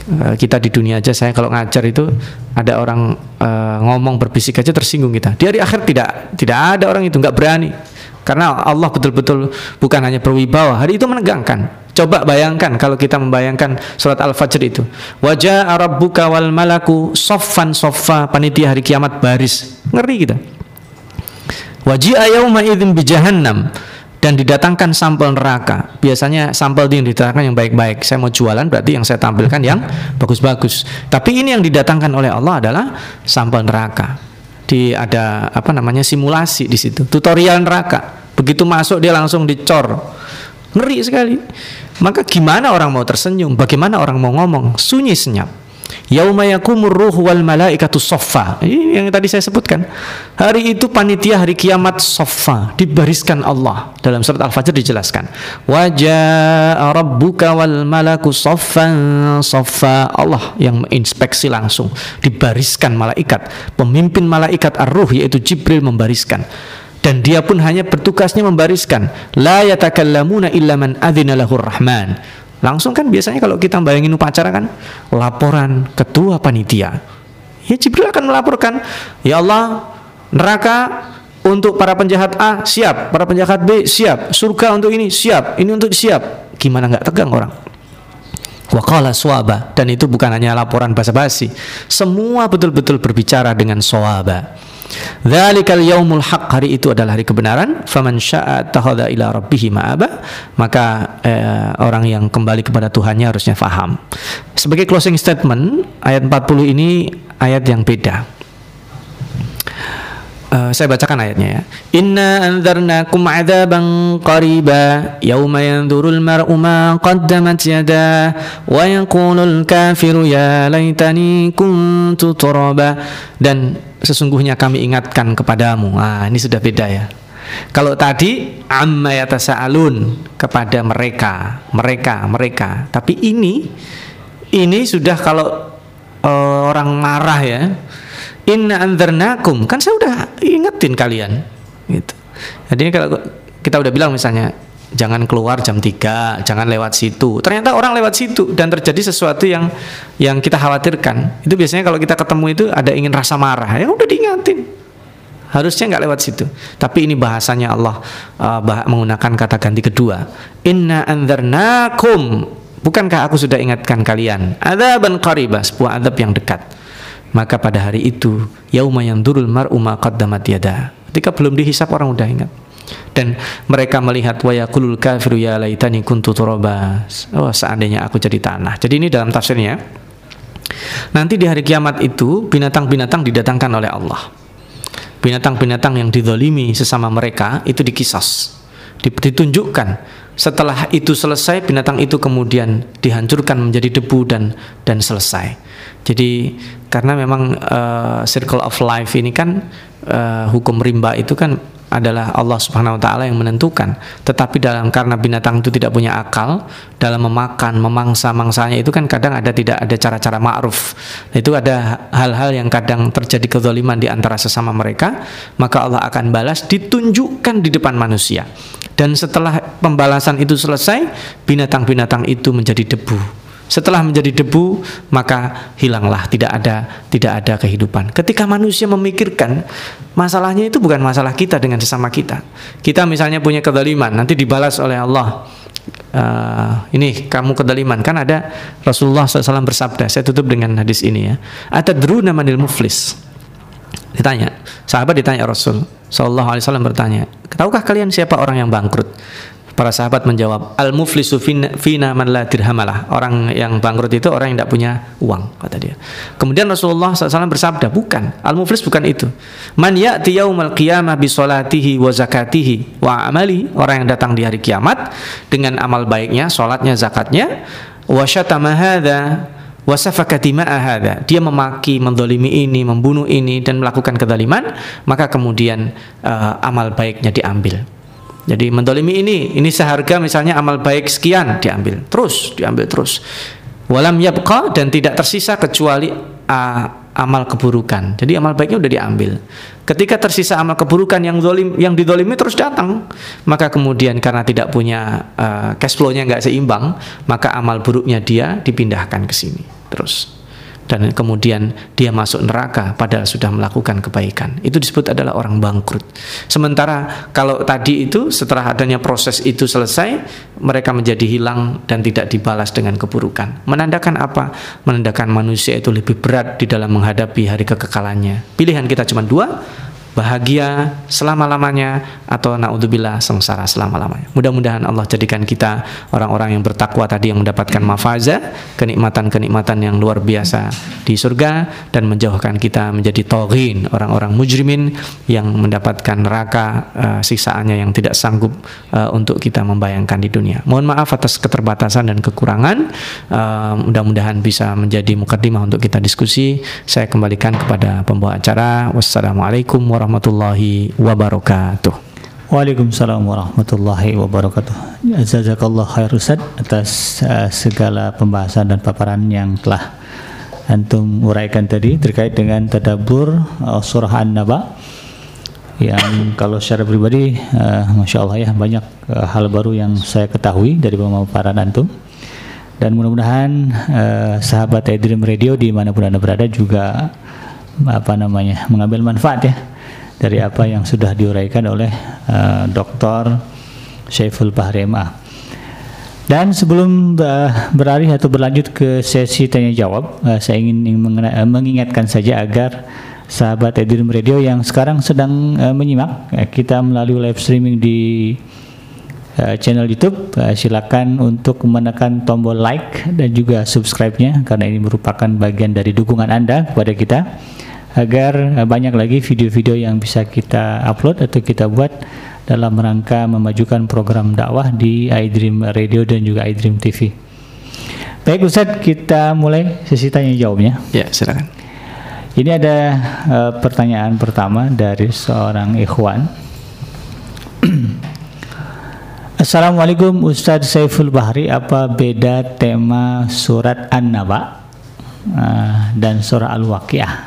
[SPEAKER 3] Uh, kita di dunia aja, saya kalau ngajar itu ada orang uh, ngomong berbisik aja tersinggung kita. Di hari akhir tidak tidak ada orang itu, nggak berani, karena Allah betul-betul bukan hanya berwibawa, hari itu menegangkan. Coba bayangkan kalau kita membayangkan surat Al-Fajr itu, wajah rabbuka wal malaku soffan soffa, panitia hari kiamat baris, ngeri kita. Waji'a yauma idzin bi jahannam, dan didatangkan sampel neraka. Biasanya sampel yang didatangkan yang baik-baik. Saya mau jualan berarti yang saya tampilkan yang bagus-bagus. Tapi ini yang didatangkan oleh Allah adalah sampel neraka. Di ada apa namanya simulasi di situ, tutorial neraka. Begitu masuk dia langsung dicor. Ngeri sekali. Maka gimana orang mau tersenyum? Bagaimana orang mau ngomong? Sunyi senyap. Yauma yakumur ruhu wal malaikatu soffa. Ini yang tadi saya sebutkan. Hari itu panitia hari kiamat soffa, dibariskan Allah. Dalam surat Al-Fajr dijelaskan, wajah rabbuka wal malaku soffan soffa. Allah yang menginspeksi langsung, dibariskan malaikat. Pemimpin malaikat ar-ruh yaitu Jibril membariskan. Dan dia pun hanya bertugasnya membariskan. La yatakallamuna illa man adzina lahur rahman. Langsung kan biasanya kalau kita bayangin upacara kan laporan ketua panitia. Ya Jibril akan melaporkan, ya Allah, neraka untuk para penjahat A siap, para penjahat B siap, surga untuk ini siap, ini untuk siap. Gimana nggak tegang orang? Wa qala swaba, dan itu bukan hanya laporan basa-basi. Semua betul-betul berbicara dengan swaba. Dzalikal yaumul haq, hari itu adalah hari kebenaran. Faman syaa'a takhadha ila rabbih ma'aba, maka eh, orang yang kembali kepada Tuhannya harusnya faham. Sebagai closing statement, ayat empat puluh ini ayat yang beda. Uh, saya bacakan ayatnya ya. Inna anzarnakum adzaban qariba yauma yanzurul mar'u ma qaddamat yadah wa yaqulul kafiru ya laitani kuntu turaba. Dan sesungguhnya kami ingatkan kepadamu. Ah, ini sudah beda ya. Kalau tadi amma yatasaalun, kepada mereka, mereka, mereka. Tapi ini ini sudah kalau uh, orang marah ya. Inna anzarnakum, kan saya udah ingetin kalian gitu. Jadi kalau kita udah bilang misalnya jangan keluar jam tiga, jangan lewat situ. Ternyata orang lewat situ dan terjadi sesuatu yang yang kita khawatirkan. Itu biasanya kalau kita ketemu itu ada ingin rasa marah, ya udah diingatin. Harusnya nggak lewat situ. Tapi ini bahasanya Allah uh, bah- menggunakan kata ganti kedua. Inna anzarnakum, bukankah aku sudah ingatkan kalian? Adzaban qariba, sebuah azab yang dekat. Maka pada hari itu yauma yanzurul mar'u ma qaddamat yadah, ketika belum dihisap orang udah ingat. Dan mereka melihat wa yaqulul kafiru ya laitani kuntu turaba. Oh, seandainya aku jadi tanah. Jadi ini dalam tafsirnya. Nanti di hari kiamat itu binatang-binatang didatangkan oleh Allah. Binatang-binatang yang dizalimi sesama mereka itu dikisos, ditunjukkan. Setelah itu selesai, binatang itu kemudian dihancurkan menjadi debu dan dan selesai. Jadi karena memang uh, circle of life ini kan uh, hukum rimba itu kan adalah Allah Subhanahu wa taala yang menentukan. Tetapi dalam karena binatang itu tidak punya akal dalam memakan, memangsa mangsanya itu kan kadang ada tidak ada cara-cara ma'ruf. Itu ada hal-hal yang kadang terjadi kezaliman di antara sesama mereka, maka Allah akan balas ditunjukkan di depan manusia. Dan setelah pembalasan itu selesai, binatang-binatang itu menjadi debu. Setelah menjadi debu, maka hilanglah, tidak ada tidak ada kehidupan. Ketika manusia memikirkan, masalahnya itu bukan masalah kita dengan sesama kita. Kita misalnya punya kezaliman, nanti dibalas oleh Allah. Uh, ini kamu kezaliman, kan ada Rasulullah shallallahu alaihi wasallam bersabda. Saya tutup dengan hadis ini ya. Atadruna manil muflis? Ditanya, sahabat ditanya Rasul shallallahu alaihi wasallam bertanya, tahukah kalian siapa orang yang bangkrut? Para sahabat menjawab, al-muflisu fina man la dirhamalah. Orang yang bangkrut itu orang yang tidak punya uang, kata dia. Kemudian Rasulullah shallallahu alaihi wasallam bersabda, bukan, al-muflis bukan itu. Man ya'ti yaumal qiyamah bi sholatihi wa zakatihi wa amali. Orang yang datang di hari kiamat dengan amal baiknya, sholatnya, zakatnya, wa syatama hadza wa safaka dima'a hadza. Dia memaki, mendolimi ini, membunuh ini dan melakukan kezaliman, maka kemudian uh, amal baiknya diambil. Jadi mendolimi ini, ini seharga misalnya amal baik sekian, diambil terus, diambil terus. Walam yabqa, dan tidak tersisa kecuali uh, amal keburukan. Jadi amal baiknya udah diambil. Ketika tersisa amal keburukan yang zolim, yang didolimi terus datang, maka kemudian karena tidak punya uh, cash flow-nya nggak seimbang, maka amal buruknya dia dipindahkan ke sini. terus, dan kemudian dia masuk neraka padahal sudah melakukan kebaikan, itu disebut adalah orang bangkrut. Sementara kalau tadi itu setelah adanya proses itu selesai, mereka menjadi hilang dan tidak dibalas dengan keburukan. Menandakan apa? Menandakan manusia itu lebih berat di dalam menghadapi hari kekekalannya. Pilihan kita cuma dua, bahagia selama-lamanya atau naudzubillah sengsara selama-lamanya. Mudah-mudahan Allah jadikan kita orang-orang yang bertakwa tadi, yang mendapatkan mafaza, kenikmatan-kenikmatan yang luar biasa di surga, dan menjauhkan kita menjadi taghin, orang-orang mujrimin yang mendapatkan neraka uh, siksaannya yang tidak sanggup uh, untuk kita membayangkan di dunia. Mohon maaf atas keterbatasan dan kekurangan. Uh, mudah-mudahan bisa menjadi mukaddimah untuk kita diskusi. Saya kembalikan kepada pembawa acara. Wassalamualaikum warahmatullahi warahmatullahi wabarakatuh.
[SPEAKER 2] Waalaikumsalam warahmatullahi wabarakatuh. Jazakallah khair Ustaz atas uh, segala pembahasan dan paparan yang telah antum uraikan tadi terkait dengan tadabbur uh, surah An-Naba, yang kalau secara pribadi uh, Masya Allah ya, banyak uh, hal baru yang saya ketahui dari pemaparan antum, dan mudah-mudahan uh, sahabat iDream Radio dimanapun Anda berada juga apa namanya mengambil manfaat ya dari apa yang sudah diuraikan oleh uh, Doktor Syaiful Bahri M A. Dan sebelum uh, beralih atau berlanjut ke sesi tanya jawab, uh, saya ingin, ingin mengena- uh, mengingatkan saja agar sahabat iDream Radio yang sekarang sedang uh, menyimak uh, kita melalui live streaming di uh, channel YouTube, uh, silakan untuk menekan tombol like dan juga subscribe-nya, karena ini merupakan bagian dari dukungan Anda kepada kita agar banyak lagi video-video yang bisa kita upload atau kita buat dalam rangka memajukan program dakwah di iDream Radio dan juga iDream T V. Baik Ustadz, kita mulai sesi tanya jawabnya.
[SPEAKER 3] Ya, silakan.
[SPEAKER 2] Ini ada uh, pertanyaan pertama dari seorang ikhwan. Assalamualaikum Ustadz Syaiful Bahri, apa beda tema surat An-Naba uh, dan surah Al-Waqiah?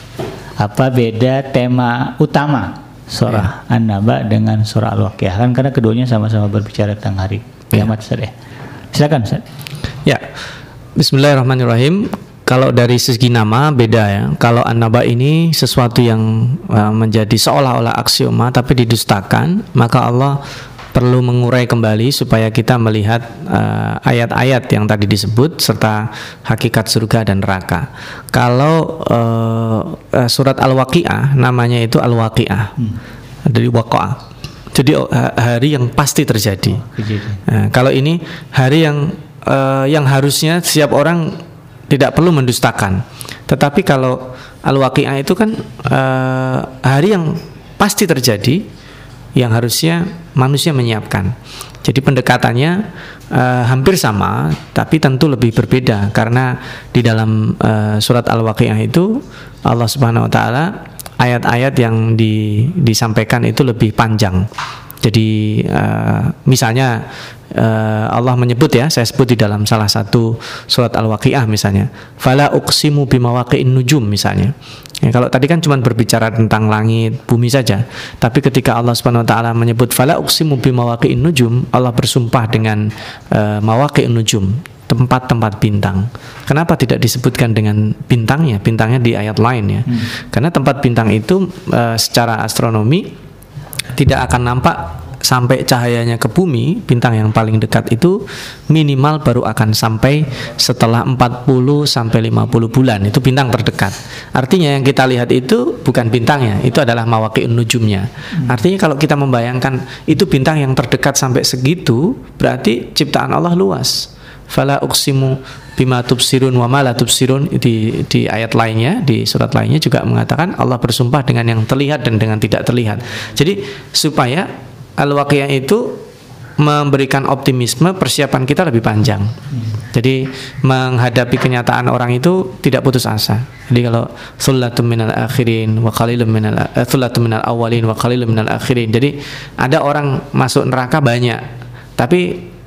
[SPEAKER 2] Apa beda tema utama surah ya. An-Naba dengan surah Al-Waqiah? Kan karena keduanya sama-sama berbicara tentang hari kiamat, Ustaz ya. Silakan Ustaz.
[SPEAKER 3] Ya. Bismillahirrahmanirrahim. Kalau dari segi nama beda ya. Kalau An-Naba ini sesuatu yang uh, menjadi seolah-olah aksioma tapi didustakan, maka Allah perlu mengurai kembali supaya kita melihat uh, ayat-ayat yang tadi disebut serta hakikat surga dan neraka. Kalau uh, uh, surat Al-Waqiah namanya itu Al-Waqiah, hmm. dari waqa'ah. Jadi uh, hari yang pasti terjadi. Uh, kalau ini hari yang uh, yang harusnya setiap orang tidak perlu mendustakan. Tetapi kalau Al-Waqiah itu kan uh, hari yang pasti terjadi, yang harusnya manusia menyiapkan. Jadi pendekatannya uh, hampir sama, tapi tentu lebih berbeda, karena di dalam uh, surat Al-Waqiah itu Allah Subhanahu Wa Taala ayat-ayat yang di, disampaikan itu lebih panjang. Jadi uh, misalnya uh, Allah menyebut ya, saya sebut di dalam salah satu surat Al-Waqiah misalnya, fala uqsimu bimawaqi'in nujum misalnya. Ya, kalau tadi kan cuma berbicara tentang langit, bumi saja, tapi ketika Allah Subhanahu Wa Taala menyebut fala uqsimu bimawaqi'in nujum, Allah bersumpah dengan uh, mawaqi'in nujum, tempat-tempat bintang. Kenapa tidak disebutkan dengan bintangnya? Bintangnya di ayat lain ya. Hmm. Karena tempat bintang itu uh, secara astronomi tidak akan nampak sampai cahayanya ke bumi. Bintang yang paling dekat itu minimal baru akan sampai setelah empat puluh sampai lima puluh bulan. Itu bintang terdekat. Artinya yang kita lihat itu bukan bintangnya, itu adalah mawaqi'un nujumnya. Artinya kalau kita membayangkan itu bintang yang terdekat sampai segitu, berarti ciptaan Allah luas. Fala uqsimu bima tubsirun wa ma la tubsirun, di di ayat lainnya, di surat lainnya juga mengatakan Allah bersumpah dengan yang terlihat dan dengan tidak terlihat. Jadi supaya Al-Waqiah itu memberikan optimisme, persiapan kita lebih panjang. Jadi menghadapi kenyataan orang itu tidak putus asa. Jadi kalau sullatum minal akhirin wa qalilum minal uh, sullatum minal awwalin wa qalilum minal akhirin. Jadi ada orang masuk neraka banyak, tapi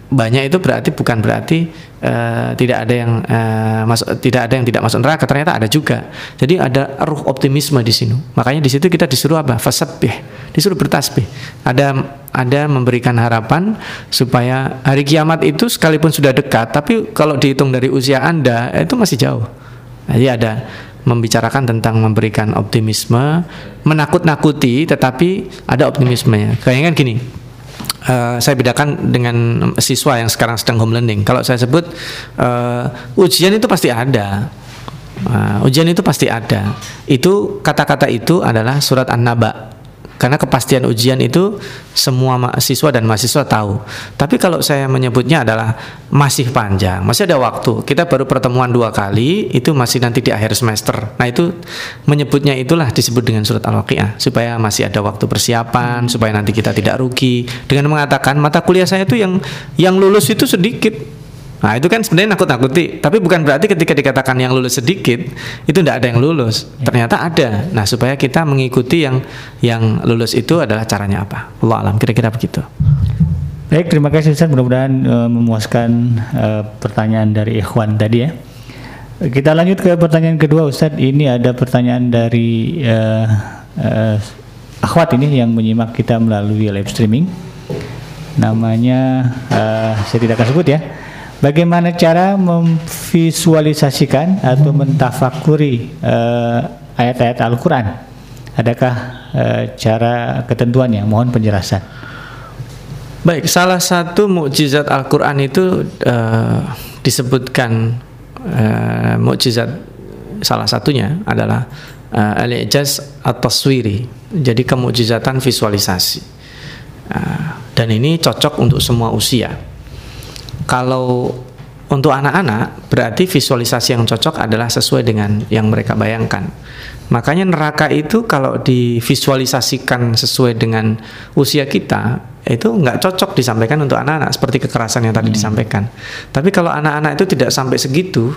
[SPEAKER 3] banyak itu berarti bukan berarti uh, tidak ada yang uh, masuk, tidak ada yang tidak masuk neraka, ternyata ada juga. Jadi ada ruh optimisme di sini. Makanya di situ kita disuruh apa? Fasabbih, disuruh bertasbih. Ada ada memberikan harapan supaya hari kiamat itu sekalipun sudah dekat, tapi kalau dihitung dari usia Anda itu masih jauh. Jadi ada membicarakan tentang memberikan optimisme, menakut-nakuti, tetapi ada optimismenya. Kayaknya kan gini. Uh, saya bedakan dengan siswa yang sekarang sedang home learning. Kalau saya sebut uh, ujian itu pasti ada, uh, ujian itu pasti ada. Itu kata-kata itu adalah surat An-Naba. Karena kepastian ujian itu semua mahasiswa dan mahasiswa tahu. Tapi kalau saya menyebutnya adalah masih panjang, masih ada waktu. Kita baru pertemuan dua kali, itu masih nanti di akhir semester. Nah itu menyebutnya itulah disebut dengan surat Al-Waqiah, supaya masih ada waktu persiapan, supaya nanti kita tidak rugi. Dengan mengatakan mata kuliah saya itu yang yang lulus itu sedikit. Nah itu kan sebenarnya nakut-nakuti, tapi bukan berarti ketika dikatakan yang lulus sedikit itu tidak ada yang lulus, ternyata ada. Nah supaya kita mengikuti yang yang lulus itu adalah caranya apa, Allah alam, kira-kira begitu.
[SPEAKER 2] Baik, terima kasih Ustaz, mudah-mudahan uh, memuaskan uh, pertanyaan dari ikhwan tadi ya. Kita lanjut ke pertanyaan kedua Ustaz. Ini ada pertanyaan dari uh, uh, akhwat ini yang menyimak kita melalui live streaming. Namanya uh, saya tidak akan sebut ya. Bagaimana cara memvisualisasikan atau mentafakuri uh, ayat-ayat Al-Quran? Adakah uh, cara ketentuannya? Mohon penjelasan.
[SPEAKER 3] Baik, salah satu mukjizat Al-Quran itu uh, disebutkan uh, mukjizat salah satunya adalah uh, al-i'jaz at-taswiri. Jadi kemukjizatan visualisasi. Uh, dan ini cocok untuk semua usia. Kalau untuk anak-anak berarti visualisasi yang cocok adalah sesuai dengan yang mereka bayangkan. Makanya neraka itu kalau divisualisasikan sesuai dengan usia kita itu nggak cocok disampaikan untuk anak-anak seperti kekerasan yang tadi hmm. disampaikan. Tapi kalau anak-anak itu tidak sampai segitu,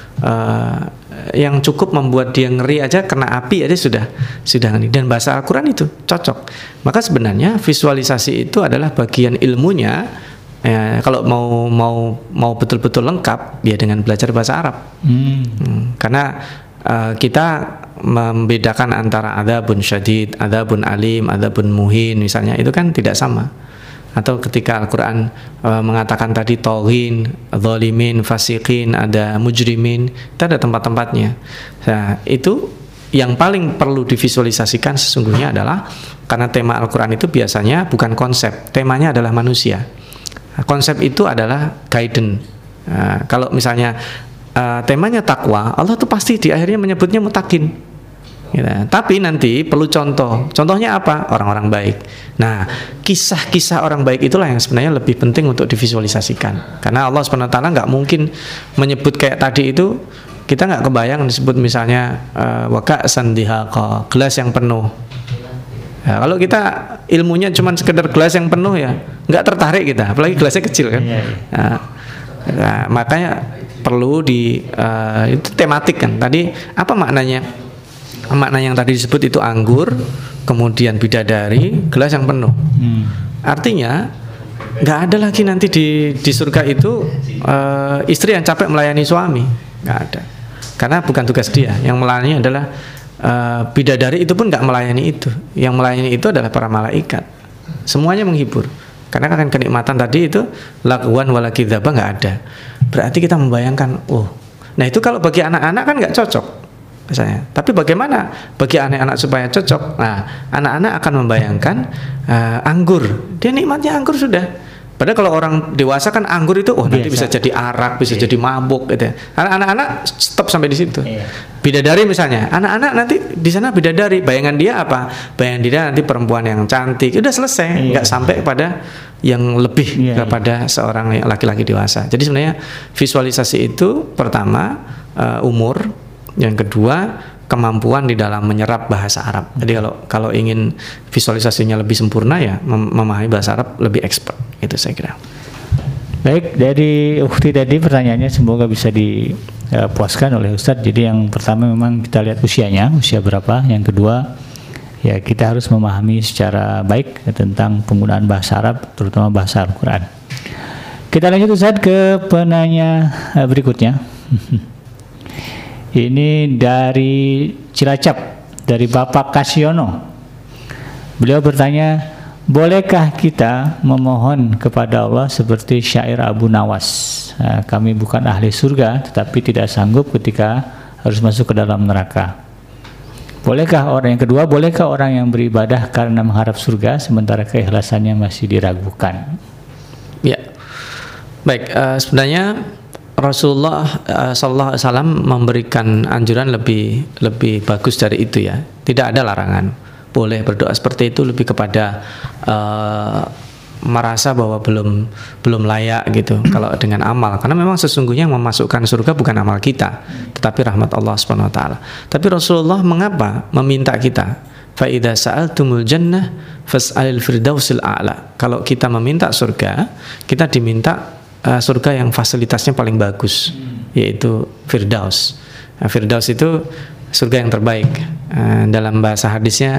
[SPEAKER 3] uh, yang cukup membuat dia ngeri aja kena api aja sudah sudah ngeri. Dan bahasa Al-Quran itu cocok. Maka sebenarnya visualisasi itu adalah bagian ilmunya. Ya, kalau mau mau mau betul-betul lengkap ya dengan belajar bahasa Arab. Hmm. Hmm, karena uh, kita membedakan antara adzabun syadid, adzabun alim, adzabun muhin misalnya itu kan tidak sama. Atau ketika Al-Qur'an uh, mengatakan tadi taghin, zalimin, fasiqin, ada mujrimin, itu ada tempat-tempatnya. Nah, itu yang paling perlu divisualisasikan sesungguhnya adalah karena tema Al-Qur'an itu biasanya bukan konsep, temanya adalah manusia. Konsep itu adalah guidance. Nah, kalau misalnya uh, temanya takwa, Allah tuh pasti di akhirnya menyebutnya mutakin. Gitu. Tapi nanti perlu contoh. Contohnya apa? Orang-orang baik. Nah, kisah-kisah orang baik itulah yang sebenarnya lebih penting untuk divisualisasikan. Karena Allah subhanahu wa taala nggak mungkin menyebut kayak tadi itu. Kita nggak kebayang disebut misalnya uh, waka sandihaqa, gelas yang penuh. Nah, kalau kita ilmunya cuma sekedar gelas yang penuh ya nggak tertarik kita, apalagi gelasnya kecil kan. Nah, nah, makanya perlu di uh, itu tematik kan. Tadi apa maknanya? Makna yang tadi disebut itu anggur, kemudian bidadari, gelas yang penuh. Hmm. Artinya nggak ada lagi nanti di di surga itu uh, istri yang capek melayani suami, nggak ada. Karena bukan tugas dia. Yang melayani adalah Uh, bidadari itu pun nggak melayani itu. Yang melayani itu adalah para malaikat. Semuanya menghibur. Karena kan kenikmatan tadi itu lagwan wala kidzaba nggak ada. Berarti kita membayangkan, oh, nah itu kalau bagi anak-anak kan nggak cocok, misalnya. Tapi bagaimana bagi anak-anak supaya cocok? Nah, anak-anak akan membayangkan uh, anggur. Dia nikmatnya anggur sudah. Padahal kalau orang dewasa kan anggur itu, oh nanti bisa jadi arak, bisa yeah. jadi mabuk gitu. Anak-anak stop sampai di situ. Yeah. Bidadari misalnya, anak-anak nanti di sana bidadari, bayangan dia apa? Bayangan dia nanti perempuan yang cantik, udah selesai, yeah. nggak sampai pada yang lebih yeah, kepada yeah. seorang laki-laki dewasa. Jadi sebenarnya visualisasi itu pertama uh, umur, yang kedua kemampuan di dalam menyerap bahasa Arab. Jadi kalau kalau ingin visualisasinya lebih sempurna ya mem- memahami bahasa Arab lebih expert. Itu saya kira.
[SPEAKER 2] Baik, dari Ukhti tadi pertanyaannya semoga bisa dipuaskan oleh Ustadz. Jadi yang pertama memang kita lihat usianya, usia berapa. Yang kedua ya kita harus memahami secara baik tentang penggunaan bahasa Arab, terutama bahasa Al-Quran. Kita lanjut Ustaz ke penanya berikutnya. Ini dari Cilacap, dari Bapak Kasiono. Beliau bertanya, bolehkah kita memohon kepada Allah seperti syair Abu Nawas? Nah, kami bukan ahli surga, tetapi tidak sanggup ketika harus masuk ke dalam neraka. Bolehkah orang yang kedua, bolehkah orang yang beribadah karena mengharap surga sementara keikhlasannya masih diragukan?
[SPEAKER 3] Ya, baik. Uh, sebenarnya Rasulullah uh, Sallallahu Alaihi Wasallam memberikan anjuran lebih lebih bagus dari itu ya. Tidak ada larangan. Boleh berdoa seperti itu, lebih kepada uh, merasa bahwa belum belum layak gitu kalau dengan amal, karena memang sesungguhnya yang memasukkan surga bukan amal kita tetapi rahmat Allah Subhanahu wa taala. Tapi Rasulullah mengapa meminta kita fa idza sa'altumul jannah fas'alil firdausil a'la. Kalau kita meminta surga, kita diminta uh, surga yang fasilitasnya paling bagus, yaitu firdaus. Nah, firdaus itu surga yang terbaik. Uh, dalam bahasa hadisnya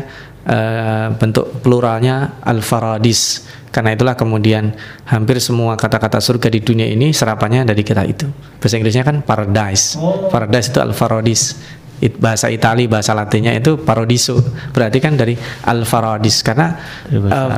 [SPEAKER 3] uh, bentuk pluralnya al-faradis. Karena itulah kemudian hampir semua kata-kata surga di dunia ini serapannya dari kata itu. Bahasa Inggrisnya kan paradise. Paradise itu al-faradis. Bahasa Itali, bahasa Latinnya itu paradiso. Berarti kan dari al-faradis. Karena uh,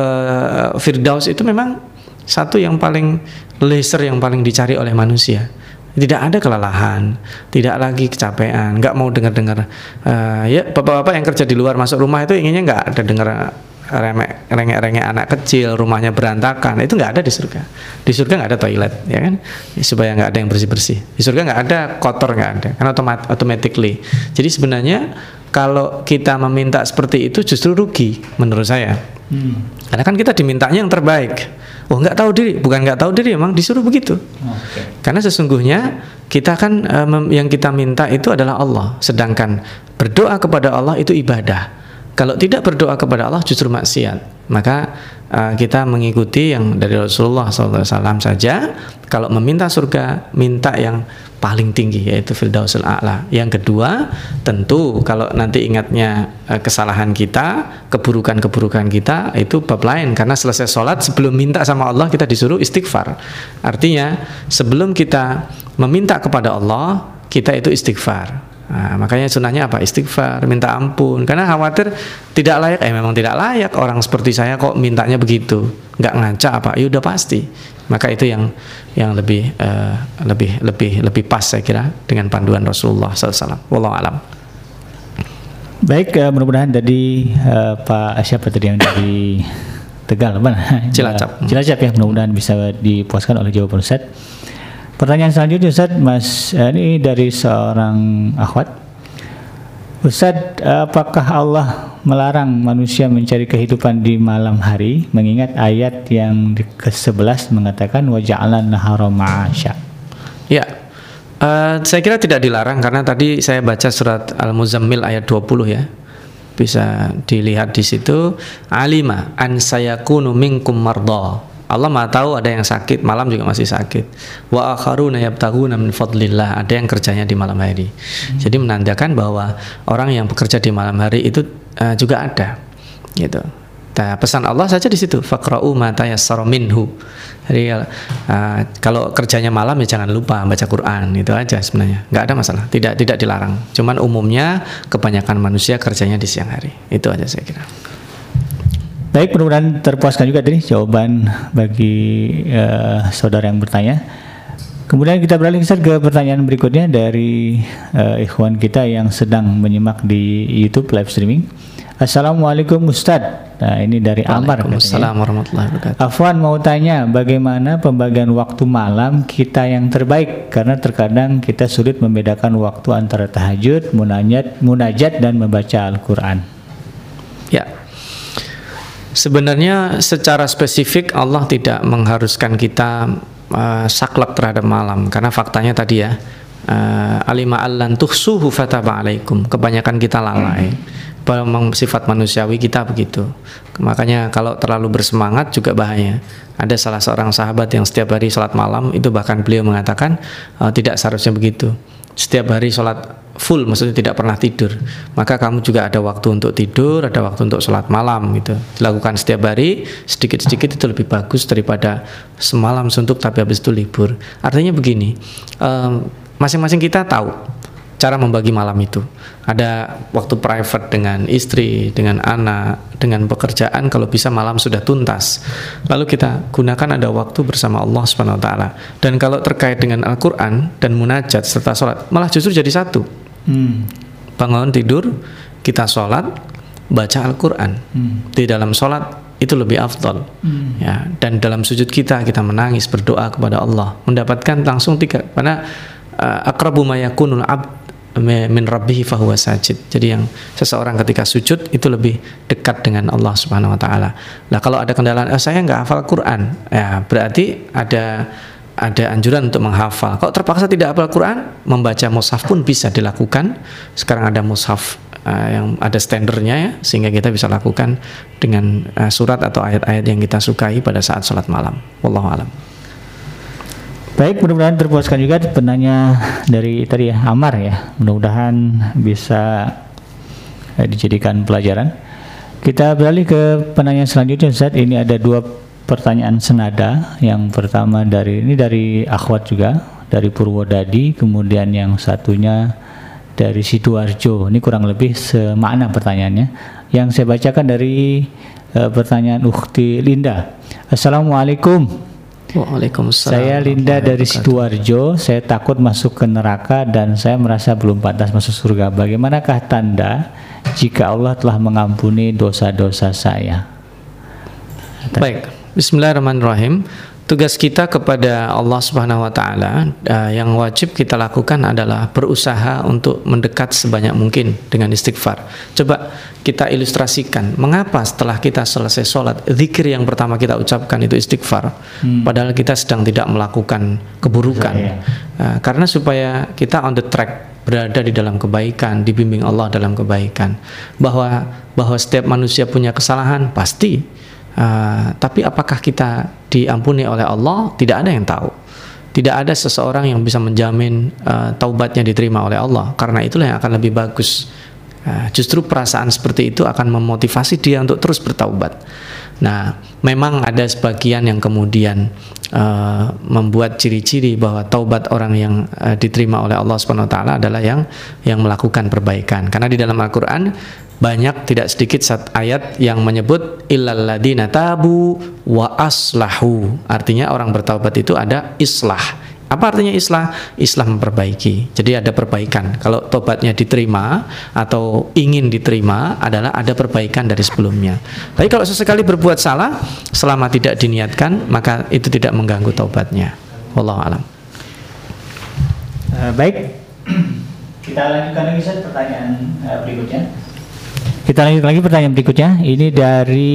[SPEAKER 3] uh, firdaus itu memang satu yang paling leisure, yang paling dicari oleh manusia. Tidak ada kelelahan, tidak lagi kecapean, nggak mau dengar-dengar uh, ya bapak-bapak yang kerja di luar masuk rumah itu inginnya nggak ada dengar remek rengek-rengek anak kecil, rumahnya berantakan. Itu nggak ada di surga. Di surga nggak ada toilet, ya kan, supaya nggak ada yang bersih-bersih. Di surga nggak ada kotor, nggak ada, karena otomat automatically. Jadi sebenarnya kalau kita meminta seperti itu justru rugi menurut saya. hmm. Karena kan kita dimintanya yang terbaik. Oh, nggak tahu diri, bukan nggak tahu diri, emang disuruh begitu. Okay. Karena sesungguhnya kita kan um, yang kita minta itu adalah Allah, sedangkan berdoa kepada Allah itu ibadah. Kalau tidak berdoa kepada Allah justru maksiat. Maka uh, kita mengikuti yang dari Rasulullah shallallahu alaihi wasallam saja. Kalau meminta surga, minta yang paling tinggi, yaitu Firdausul A'la. Yang kedua, tentu kalau nanti ingatnya uh, kesalahan kita, keburukan-keburukan kita, itu bab lain. Karena selesai sholat, sebelum minta sama Allah, kita disuruh istighfar. Artinya, sebelum kita meminta kepada Allah, kita itu istighfar. Nah, makanya sunnahnya apa? Istighfar, minta ampun. Karena khawatir tidak layak. Eh memang tidak layak orang seperti saya kok mintanya begitu, nggak ngaca apa? Ya udah pasti. Maka itu yang yang lebih uh, lebih lebih lebih pas saya kira dengan panduan Rasulullah shallallahu alaihi wasallam. Wallahu alam.
[SPEAKER 2] Baik, uh, mudah-mudahan tadi uh, Pak siapa tadi yang dari Tegal, mana?
[SPEAKER 3] Cilacap.
[SPEAKER 2] Cilacap ya, mudah-mudahan bisa dipuaskan oleh jawaban Ustaz. Pertanyaan selanjutnya Ustaz, Mas, ini dari seorang akhwat. Ustaz, apakah Allah melarang manusia mencari kehidupan di malam hari, mengingat ayat yang ke sebelas mengatakan wa ja'alna nahara ma'asya?
[SPEAKER 3] Ya, uh, saya kira tidak dilarang, karena tadi saya baca surat Al-Muzammil ayat dua puluh ya. Bisa dilihat di situ, alima an sayakunu minkum mardha. Allah Maha tahu ada yang sakit, malam juga masih sakit. Wa akharuna yabtaghuna min fadlillah, ada yang kerjanya di malam hari. Hmm. Jadi menandakan bahwa orang yang bekerja di malam hari itu uh, juga ada. Gitu. Nah, pesan Allah saja di situ, faqra'u ma tayassara minhu. Jadi uh, kalau kerjanya malam ya jangan lupa baca Quran, itu aja sebenarnya. Enggak ada masalah, tidak tidak dilarang. Cuman umumnya kebanyakan manusia kerjanya di siang hari. Itu aja saya kira.
[SPEAKER 2] Baik, mudah-mudahan terpuaskan juga tadi jawaban bagi uh, saudara yang bertanya. Kemudian kita beralih ke pertanyaan berikutnya dari uh, ikhwan kita yang sedang menyimak di YouTube live streaming. Assalamualaikum Ustadz. Nah, ini dari Amar.
[SPEAKER 3] Waalaikumsalam warahmatullahi wabarakatuh.
[SPEAKER 2] Afwan mau tanya, bagaimana pembagian waktu malam kita yang terbaik? Karena terkadang kita sulit membedakan waktu antara tahajud, munajat, munajat dan membaca Al-Quran.
[SPEAKER 3] Ya. Sebenarnya secara spesifik Allah tidak mengharuskan kita uh, saklek terhadap malam, karena faktanya tadi ya, uh, alima allan tuhsuhu fataba alaikum, kebanyakan kita lalai. Memang sifat manusiawi kita begitu. Makanya kalau terlalu bersemangat juga bahaya. Ada salah seorang sahabat yang setiap hari sholat malam, itu bahkan beliau mengatakan uh, tidak seharusnya begitu. Setiap hari sholat full, maksudnya tidak pernah tidur, maka kamu juga ada waktu untuk tidur, ada waktu untuk sholat malam gitu. Dilakukan setiap hari sedikit-sedikit itu lebih bagus daripada semalam suntuk tapi habis itu libur. Artinya begini, um, masing-masing kita tahu cara membagi malam itu. Ada waktu private dengan istri, dengan anak, dengan pekerjaan, kalau bisa malam sudah tuntas. Lalu kita gunakan ada waktu bersama Allah Subhanahu wa taala. Dan kalau terkait dengan Al-Qur'an dan munajat serta sholat, malah justru jadi satu. Hmm. Bangun tidur, kita sholat, baca Al-Qur'an. Hmm. Di dalam sholat itu lebih afdal. Hmm. Ya, dan dalam sujud kita kita menangis, berdoa kepada Allah, mendapatkan langsung tiga, karena uh, aqrabu ma yakunul abd min rabbihi fahuwa sajid. Jadi yang seseorang ketika sujud itu lebih dekat dengan Allah Subhanahu wa taala. Nah, kalau ada kendaraan, oh, saya nggak hafal Quran, ya berarti ada ada anjuran untuk menghafal. Kalau terpaksa tidak hafal Quran, membaca mushaf pun bisa dilakukan. Sekarang ada mushaf uh, yang ada standarnya ya, sehingga kita bisa lakukan dengan uh, surat atau ayat-ayat yang kita sukai pada saat sholat malam. Wallahu a'lam.
[SPEAKER 2] Baik, mudah-mudahan terpuaskan juga penanya dari tadi ya, Amar ya. Mudah-mudahan bisa eh, dijadikan pelajaran. Kita beralih ke penanya selanjutnya, Ustaz. Ini ada dua pertanyaan senada. Yang pertama dari ini dari akhwat juga, dari Purwodadi, kemudian yang satunya dari Sidoarjo. Ini kurang lebih semakna pertanyaannya. Yang saya bacakan dari eh, pertanyaan Ukhti Linda. Assalamualaikum.
[SPEAKER 3] Waalaikumsalam.
[SPEAKER 2] Saya Linda dari Sidoarjo. Saya takut masuk ke neraka dan saya merasa belum pantas masuk surga. Bagaimanakah tanda jika Allah telah mengampuni dosa-dosa saya?
[SPEAKER 3] Baik, bismillahirrahmanirrahim. Tugas kita kepada Allah Subhanahu wa taala uh, yang wajib kita lakukan adalah berusaha untuk mendekat sebanyak mungkin dengan istighfar. Coba kita ilustrasikan mengapa setelah kita selesai sholat, zikir yang pertama kita ucapkan itu istighfar, hmm. padahal kita sedang tidak melakukan keburukan. Ya, ya. Uh, karena supaya kita on the track, berada di dalam kebaikan, dibimbing Allah dalam kebaikan. Bahwa bahwa setiap manusia punya kesalahan pasti. Uh, tapi apakah kita diampuni oleh Allah? Tidak ada yang tahu. Tidak ada seseorang yang bisa menjamin uh, taubatnya diterima oleh Allah. Karena itulah yang akan lebih bagus. Uh, justru perasaan seperti itu akan memotivasi dia untuk terus bertaubat. Nah, memang ada sebagian yang kemudian uh, membuat ciri-ciri bahwa taubat orang yang uh, diterima oleh Allah Subhanahu wa taala adalah yang yang melakukan perbaikan. Karena di dalam Al-Qur'an banyak, tidak sedikit ayat yang menyebut illal ladzina tabu wa aslahu. Artinya orang bertaubat itu ada islah. Apa artinya islah? Islah memperbaiki. Jadi ada perbaikan. Kalau tobatnya diterima atau ingin diterima adalah ada perbaikan dari sebelumnya. Tapi kalau sesekali berbuat salah selama tidak diniatkan, maka itu tidak mengganggu taubatnya. Wallahu a'lam.
[SPEAKER 2] Uh, baik. Kita lanjutkan lagi Ustaz pertanyaan uh, berikutnya. Kita lanjut lagi pertanyaan berikutnya. Ini dari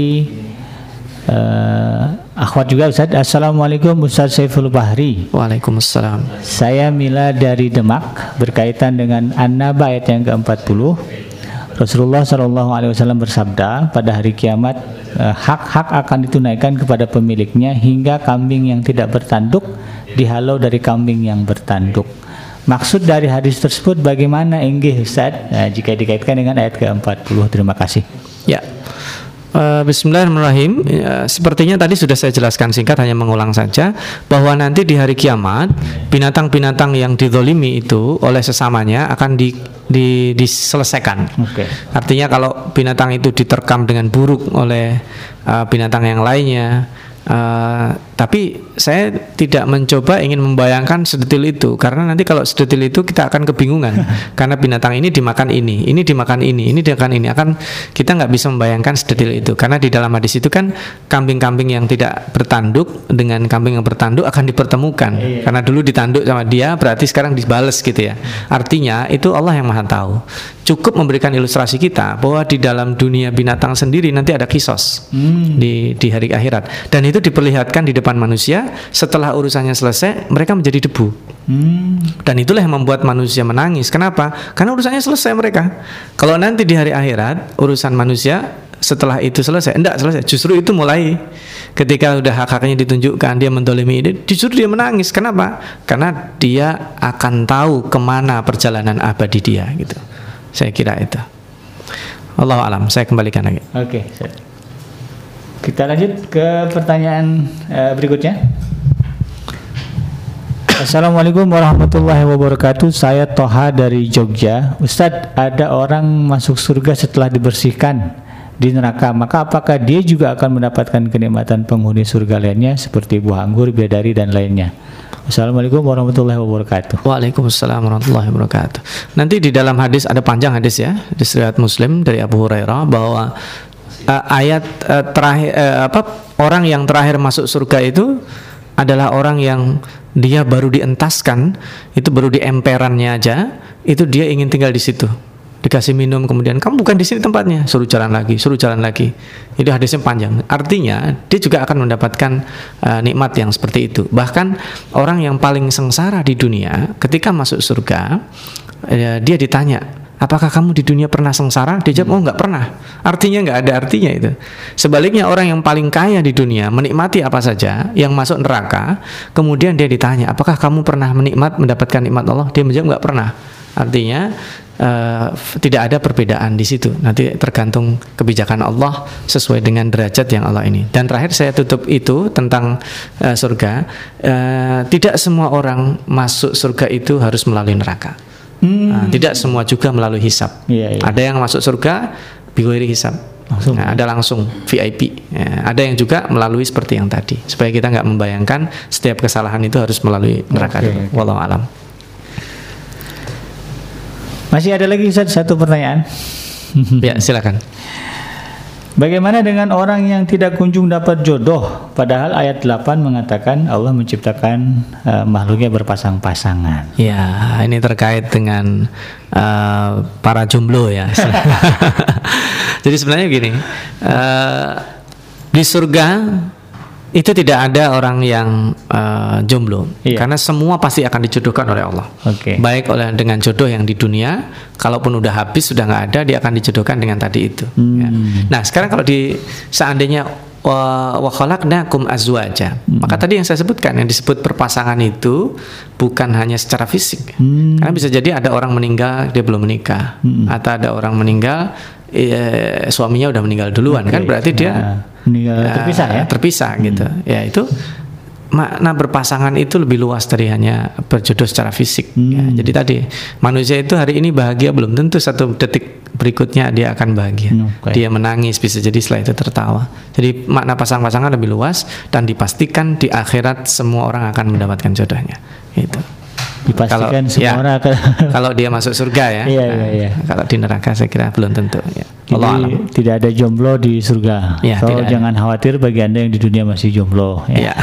[SPEAKER 2] uh, akhwat juga Ustaz. Assalamualaikum Ustaz Saiful Bahri.
[SPEAKER 3] Waalaikumsalam.
[SPEAKER 2] Saya Mila dari Demak. Berkaitan dengan An-Naba ayat yang keempat puluh, Rasulullah shallallahu alaihi wasallam bersabda, pada hari kiamat uh, hak-hak akan ditunaikan kepada pemiliknya hingga kambing yang tidak bertanduk dihalau dari kambing yang bertanduk. Maksud dari hadis tersebut bagaimana inggih Ustaz? Nah, jika dikaitkan dengan ayat ke empat puluh. Terima kasih.
[SPEAKER 3] Ya. Uh, Bismillahirrahmanirrahim. Uh, sepertinya tadi sudah saya jelaskan singkat, hanya mengulang saja bahwa nanti di hari kiamat binatang-binatang yang dizolimi itu oleh sesamanya akan di, di, diselesaikan. Okay. Artinya kalau binatang itu diterkam dengan buruk oleh uh, binatang yang lainnya, Uh, tapi saya tidak mencoba ingin membayangkan sedetil itu, karena nanti kalau sedetil itu kita akan kebingungan karena binatang ini dimakan ini, ini dimakan ini, ini dimakan ini, akan kita nggak bisa membayangkan sedetil itu, karena di dalam hadis itu kan kambing-kambing yang tidak bertanduk dengan kambing yang bertanduk akan dipertemukan, iya. Karena dulu ditanduk sama dia berarti sekarang dibales gitu ya. Artinya itu Allah yang maha tahu. Cukup memberikan ilustrasi kita bahwa di dalam dunia binatang sendiri nanti ada kisos hmm. di di hari akhirat, dan itu diperlihatkan di depan manusia. Setelah urusannya selesai mereka menjadi debu, hmm. dan itulah yang membuat manusia menangis. Kenapa? Karena urusannya selesai mereka. Kalau nanti di hari akhirat urusan manusia setelah itu selesai. Enggak selesai. Justru itu mulai ketika udah hak-haknya ditunjukkan, dia mendolimi, dia, justru dia menangis. Kenapa? Karena dia akan tahu kemana perjalanan abadi dia gitu. Saya kira itu. Allahu alam. Saya kembalikan lagi.
[SPEAKER 2] Oke. Kita lanjut ke pertanyaan uh, berikutnya. Assalamualaikum warahmatullahi wabarakatuh. Saya Toha dari Jogja. Ustadz, ada orang masuk surga setelah dibersihkan di neraka, maka apakah dia juga akan mendapatkan kenikmatan penghuni surga lainnya seperti buah anggur, bidadari dan lainnya? Assalamualaikum warahmatullahi wabarakatuh.
[SPEAKER 3] Waalaikumsalam warahmatullahi wabarakatuh. Nanti di dalam hadis ada panjang hadis ya, di riwayat Muslim dari Abu Hurairah bahwa uh, ayat uh, terakhir uh, apa orang yang terakhir masuk surga itu adalah orang yang dia baru dientaskan, itu baru di emperannya aja, itu dia ingin tinggal di situ, dikasih minum, kemudian kamu bukan di sini tempatnya, suruh jalan lagi, suruh jalan lagi. Itu hadisnya panjang. Artinya dia juga akan mendapatkan uh, nikmat yang seperti itu. Bahkan orang yang paling sengsara di dunia ketika masuk surga, uh, dia ditanya, apakah kamu di dunia pernah sengsara? Dia jawab, oh nggak pernah. Artinya nggak ada artinya itu. Sebaliknya orang yang paling kaya di dunia menikmati apa saja, yang masuk neraka, kemudian dia ditanya, apakah kamu pernah menikmat mendapatkan nikmat Allah? Dia menjawab nggak pernah. Artinya uh, tidak ada perbedaan di situ. Nanti tergantung kebijakan Allah sesuai dengan derajat yang Allah ini. Dan terakhir saya tutup itu tentang uh, surga. Uh, tidak semua orang masuk surga itu harus melalui neraka. Hmm. Nah, tidak semua juga melalui hisab. Iya, iya. Ada yang masuk surga bighairi hisab, langsung. Nah, ada langsung V I P. Ya, ada yang juga melalui seperti yang tadi. Supaya kita nggak membayangkan setiap kesalahan itu harus melalui neraka. Okay, okay. Wallahu alam.
[SPEAKER 2] Masih ada lagi Ustaz, satu pertanyaan.
[SPEAKER 3] Ya, silakan.
[SPEAKER 2] Bagaimana dengan orang yang tidak kunjung dapat jodoh, padahal ayat delapan mengatakan Allah menciptakan uh, makhluknya berpasang-pasangan?
[SPEAKER 3] Ya, ini terkait dengan uh, para jomblo ya. Jadi sebenarnya gini, uh, di surga itu tidak ada orang yang uh, jomblo, iya. Karena semua pasti akan dijodohkan oleh Allah. Okay. Baik oleh dengan jodoh yang di dunia, kalaupun udah habis sudah nggak ada, dia akan dijodohkan dengan tadi itu. Hmm. Ya. Nah sekarang kalau di seandainya wa khalaqnakum azwaja, hmm. maka tadi yang saya sebutkan yang disebut perpasangan itu bukan hanya secara fisik, hmm. karena bisa jadi ada orang meninggal dia belum menikah, hmm. atau ada orang meninggal eh, suaminya udah meninggal duluan, okay. Kan berarti dia nah. Meninggal, ya, terpisah ya terpisah hmm. gitu ya. Itu makna berpasangan itu lebih luas dari hanya berjodoh secara fisik. hmm. Ya, jadi tadi manusia itu hari ini bahagia belum tentu satu detik berikutnya dia akan bahagia. Okay. Dia menangis, bisa jadi setelah itu tertawa. Jadi makna pasang-pasangan lebih luas dan dipastikan di akhirat semua orang akan mendapatkan jodohnya gitu.
[SPEAKER 2] Dipastikan
[SPEAKER 3] kalau,
[SPEAKER 2] semua
[SPEAKER 3] ya,
[SPEAKER 2] orang akan
[SPEAKER 3] kalau dia masuk surga ya.
[SPEAKER 2] Iya, iya, iya.
[SPEAKER 3] Kalau di neraka saya kira belum tentu ya.
[SPEAKER 2] Jadi Allah tidak ada jomblo di surga. Ya, so jangan ada. Khawatir bagi Anda yang di dunia masih jomblo ya. Ya.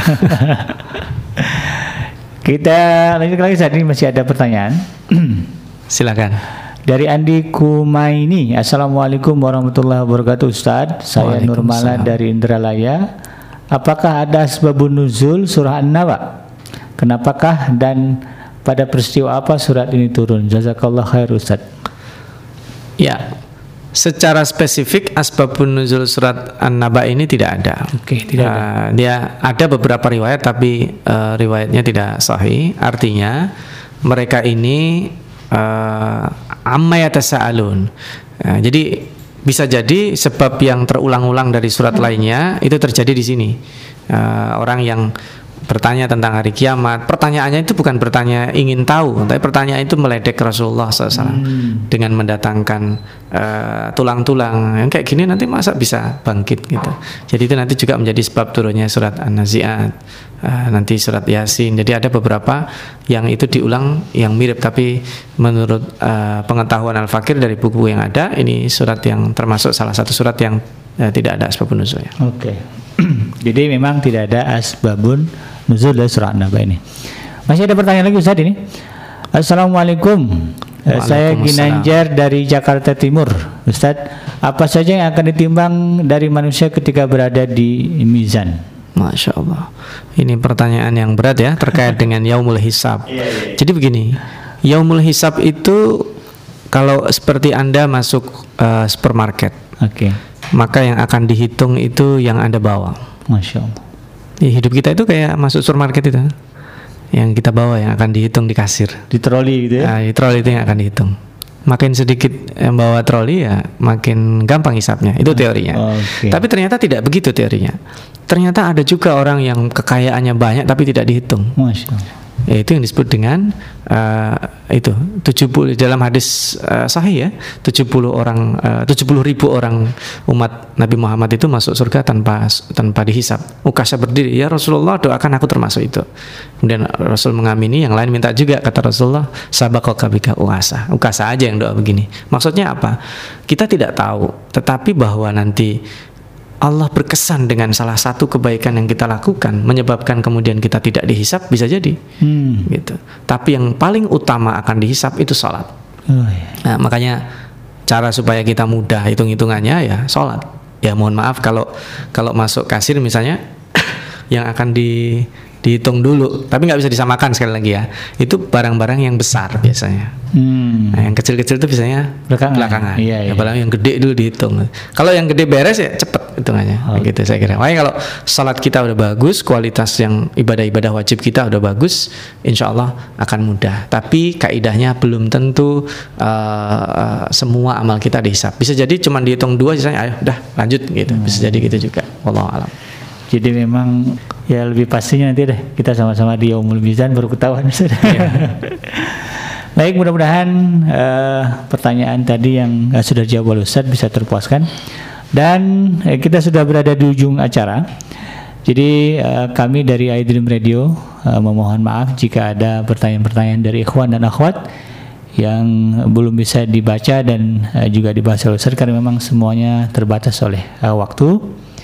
[SPEAKER 2] Kita lanjut lagi, saat ini masih ada pertanyaan. Silakan. Dari Andi Kumaini. Assalamualaikum warahmatullahi wabarakatuh Ustaz. Saya Nurmala dari Indralaya. Apakah ada asbabun nuzul surah An-Naba? Kenapakah dan pada peristiwa apa surat ini turun? Jazakallah khair Ustaz.
[SPEAKER 3] Ya, secara spesifik asbabun nuzul surat An-Naba ini tidak ada. Oke, tidak ada. Uh, dia ada beberapa riwayat tapi uh, riwayatnya tidak sahih. Artinya mereka ini uh, amma yatasaalun. Uh, jadi bisa jadi sebab yang terulang-ulang dari surat lainnya itu terjadi di sini. Uh, orang yang bertanya tentang hari kiamat, pertanyaannya itu bukan bertanya ingin tahu, tapi pertanyaan itu meledek Rasulullah shallallahu alaihi wasallam hmm. dengan mendatangkan uh, tulang-tulang yang kayak gini nanti masa bisa bangkit gitu. Jadi itu nanti juga menjadi sebab turunnya surat An-Nazi'at, uh, nanti surat Yasin. Jadi ada beberapa yang itu diulang yang mirip, tapi menurut uh, pengetahuan Al-Fakir dari buku yang ada, ini surat yang termasuk salah satu surat yang uh, tidak ada asbabun nuzulnya.
[SPEAKER 2] Oke. Okay. Jadi memang tidak ada asbabun nuzul dari surah An-Naba ini. Masih ada pertanyaan lagi Ustaz ini. Assalamualaikum. Saya Ginanjar dari Jakarta Timur. Ustaz, apa saja yang akan ditimbang dari manusia ketika berada di mizan?
[SPEAKER 3] Masya Allah. Ini pertanyaan yang berat ya, terkait dengan yaumul hisab. Jadi begini, yaumul hisab itu kalau seperti Anda masuk uh, supermarket.
[SPEAKER 2] Oke. Okay.
[SPEAKER 3] maka yang akan dihitung itu yang Anda bawa.
[SPEAKER 2] Masya Allah.
[SPEAKER 3] Ya, hidup kita itu kayak masuk supermarket itu, yang kita bawa yang akan dihitung di kasir.
[SPEAKER 2] Di troli gitu ya?
[SPEAKER 3] Nah, di troli itu yang akan dihitung. Makin sedikit yang bawa troli ya makin gampang hisapnya. Itu teorinya.
[SPEAKER 2] Okay.
[SPEAKER 3] Tapi ternyata tidak begitu teorinya. Ternyata ada juga orang yang kekayaannya banyak tapi tidak dihitung.
[SPEAKER 2] Masya Allah.
[SPEAKER 3] Ya, itu yang disebut dengan uh, itu tujuh puluh dalam hadis uh, sahih ya, tujuh puluh orang uh, tujuh puluh ribu orang umat Nabi Muhammad itu masuk surga tanpa tanpa dihisap. Ukasha berdiri, ya Rasulullah, doakan aku termasuk itu. Kemudian Rasul mengamini, yang lain minta juga, kata Rasulullah, sabaqaka bika Ukasha. Ukasha aja yang doa begini. Maksudnya apa? Kita tidak tahu, tetapi bahwa nanti Allah berkesan dengan salah satu kebaikan yang kita lakukan menyebabkan kemudian kita tidak dihisap, bisa jadi. Hmm. Gitu. Tapi yang paling utama akan dihisap itu sholat. Oh, iya. Nah, makanya cara supaya kita mudah hitung-hitungannya ya sholat. Ya mohon maaf kalau kalau masuk kasir misalnya yang akan di dihitung dulu, tapi nggak bisa disamakan sekali lagi ya. Itu barang-barang yang besar biasanya. Hmm. Nah, yang kecil-kecil itu biasanya belakangan. belakangan. Iya, iya. Ya, yang gede dulu dihitung. Kalau yang gede beres ya cepet hitungannya. Oh. Gitu saya kira. Makanya kalau salat kita udah bagus, kualitas yang ibadah-ibadah wajib kita udah bagus, insya Allah akan mudah. Tapi kaidahnya belum tentu uh, uh, semua amal kita dihisap. Bisa jadi cuma dihitung dua, sisanya ayo udah lanjut gitu. Hmm. Bisa jadi gitu juga. Wallahu a'lam.
[SPEAKER 2] Jadi memang ya lebih pastinya nanti deh kita sama-sama di Yaumul Mizan baru ketahuan. Yeah. Baik, mudah-mudahan uh, pertanyaan tadi yang uh, sudah dijawab oleh Ustadz bisa terpuaskan. Dan uh, kita sudah berada di ujung acara. Jadi uh, kami dari iDream Radio uh, memohon maaf jika ada pertanyaan-pertanyaan dari ikhwan dan akhwat yang belum bisa dibaca dan uh, juga dibahas oleh Ustadz karena memang semuanya terbatas oleh uh, waktu.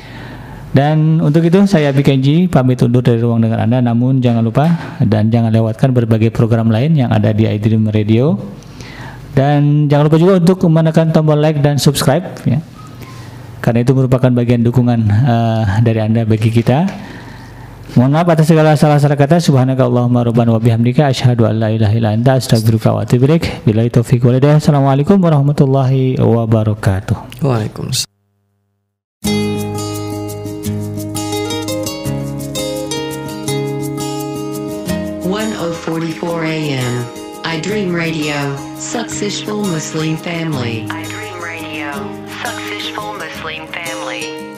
[SPEAKER 2] Dan untuk itu saya Abi Kenji pamit undur dari ruang dengar Anda, namun jangan lupa dan jangan lewatkan berbagai program lain yang ada di iDream Radio. Dan jangan lupa juga untuk menekan tombol like dan subscribe ya. Karena itu merupakan bagian dukungan uh, dari Anda bagi kita. Mohon maaf atas segala salah-salah kata. Subhanakallahumma rabbana wa bihamdika asyhadu an la ilaha illa anta astaghfiruka wa atubu ilaik. Billahi taufiq wal hidayah. Assalamualaikum warahmatullahi wabarakatuh.
[SPEAKER 3] Waalaikumsalam.
[SPEAKER 1] one oh forty-four A M iDream Radio, Successful Muslim Family. iDream Radio, Successful Muslim Family.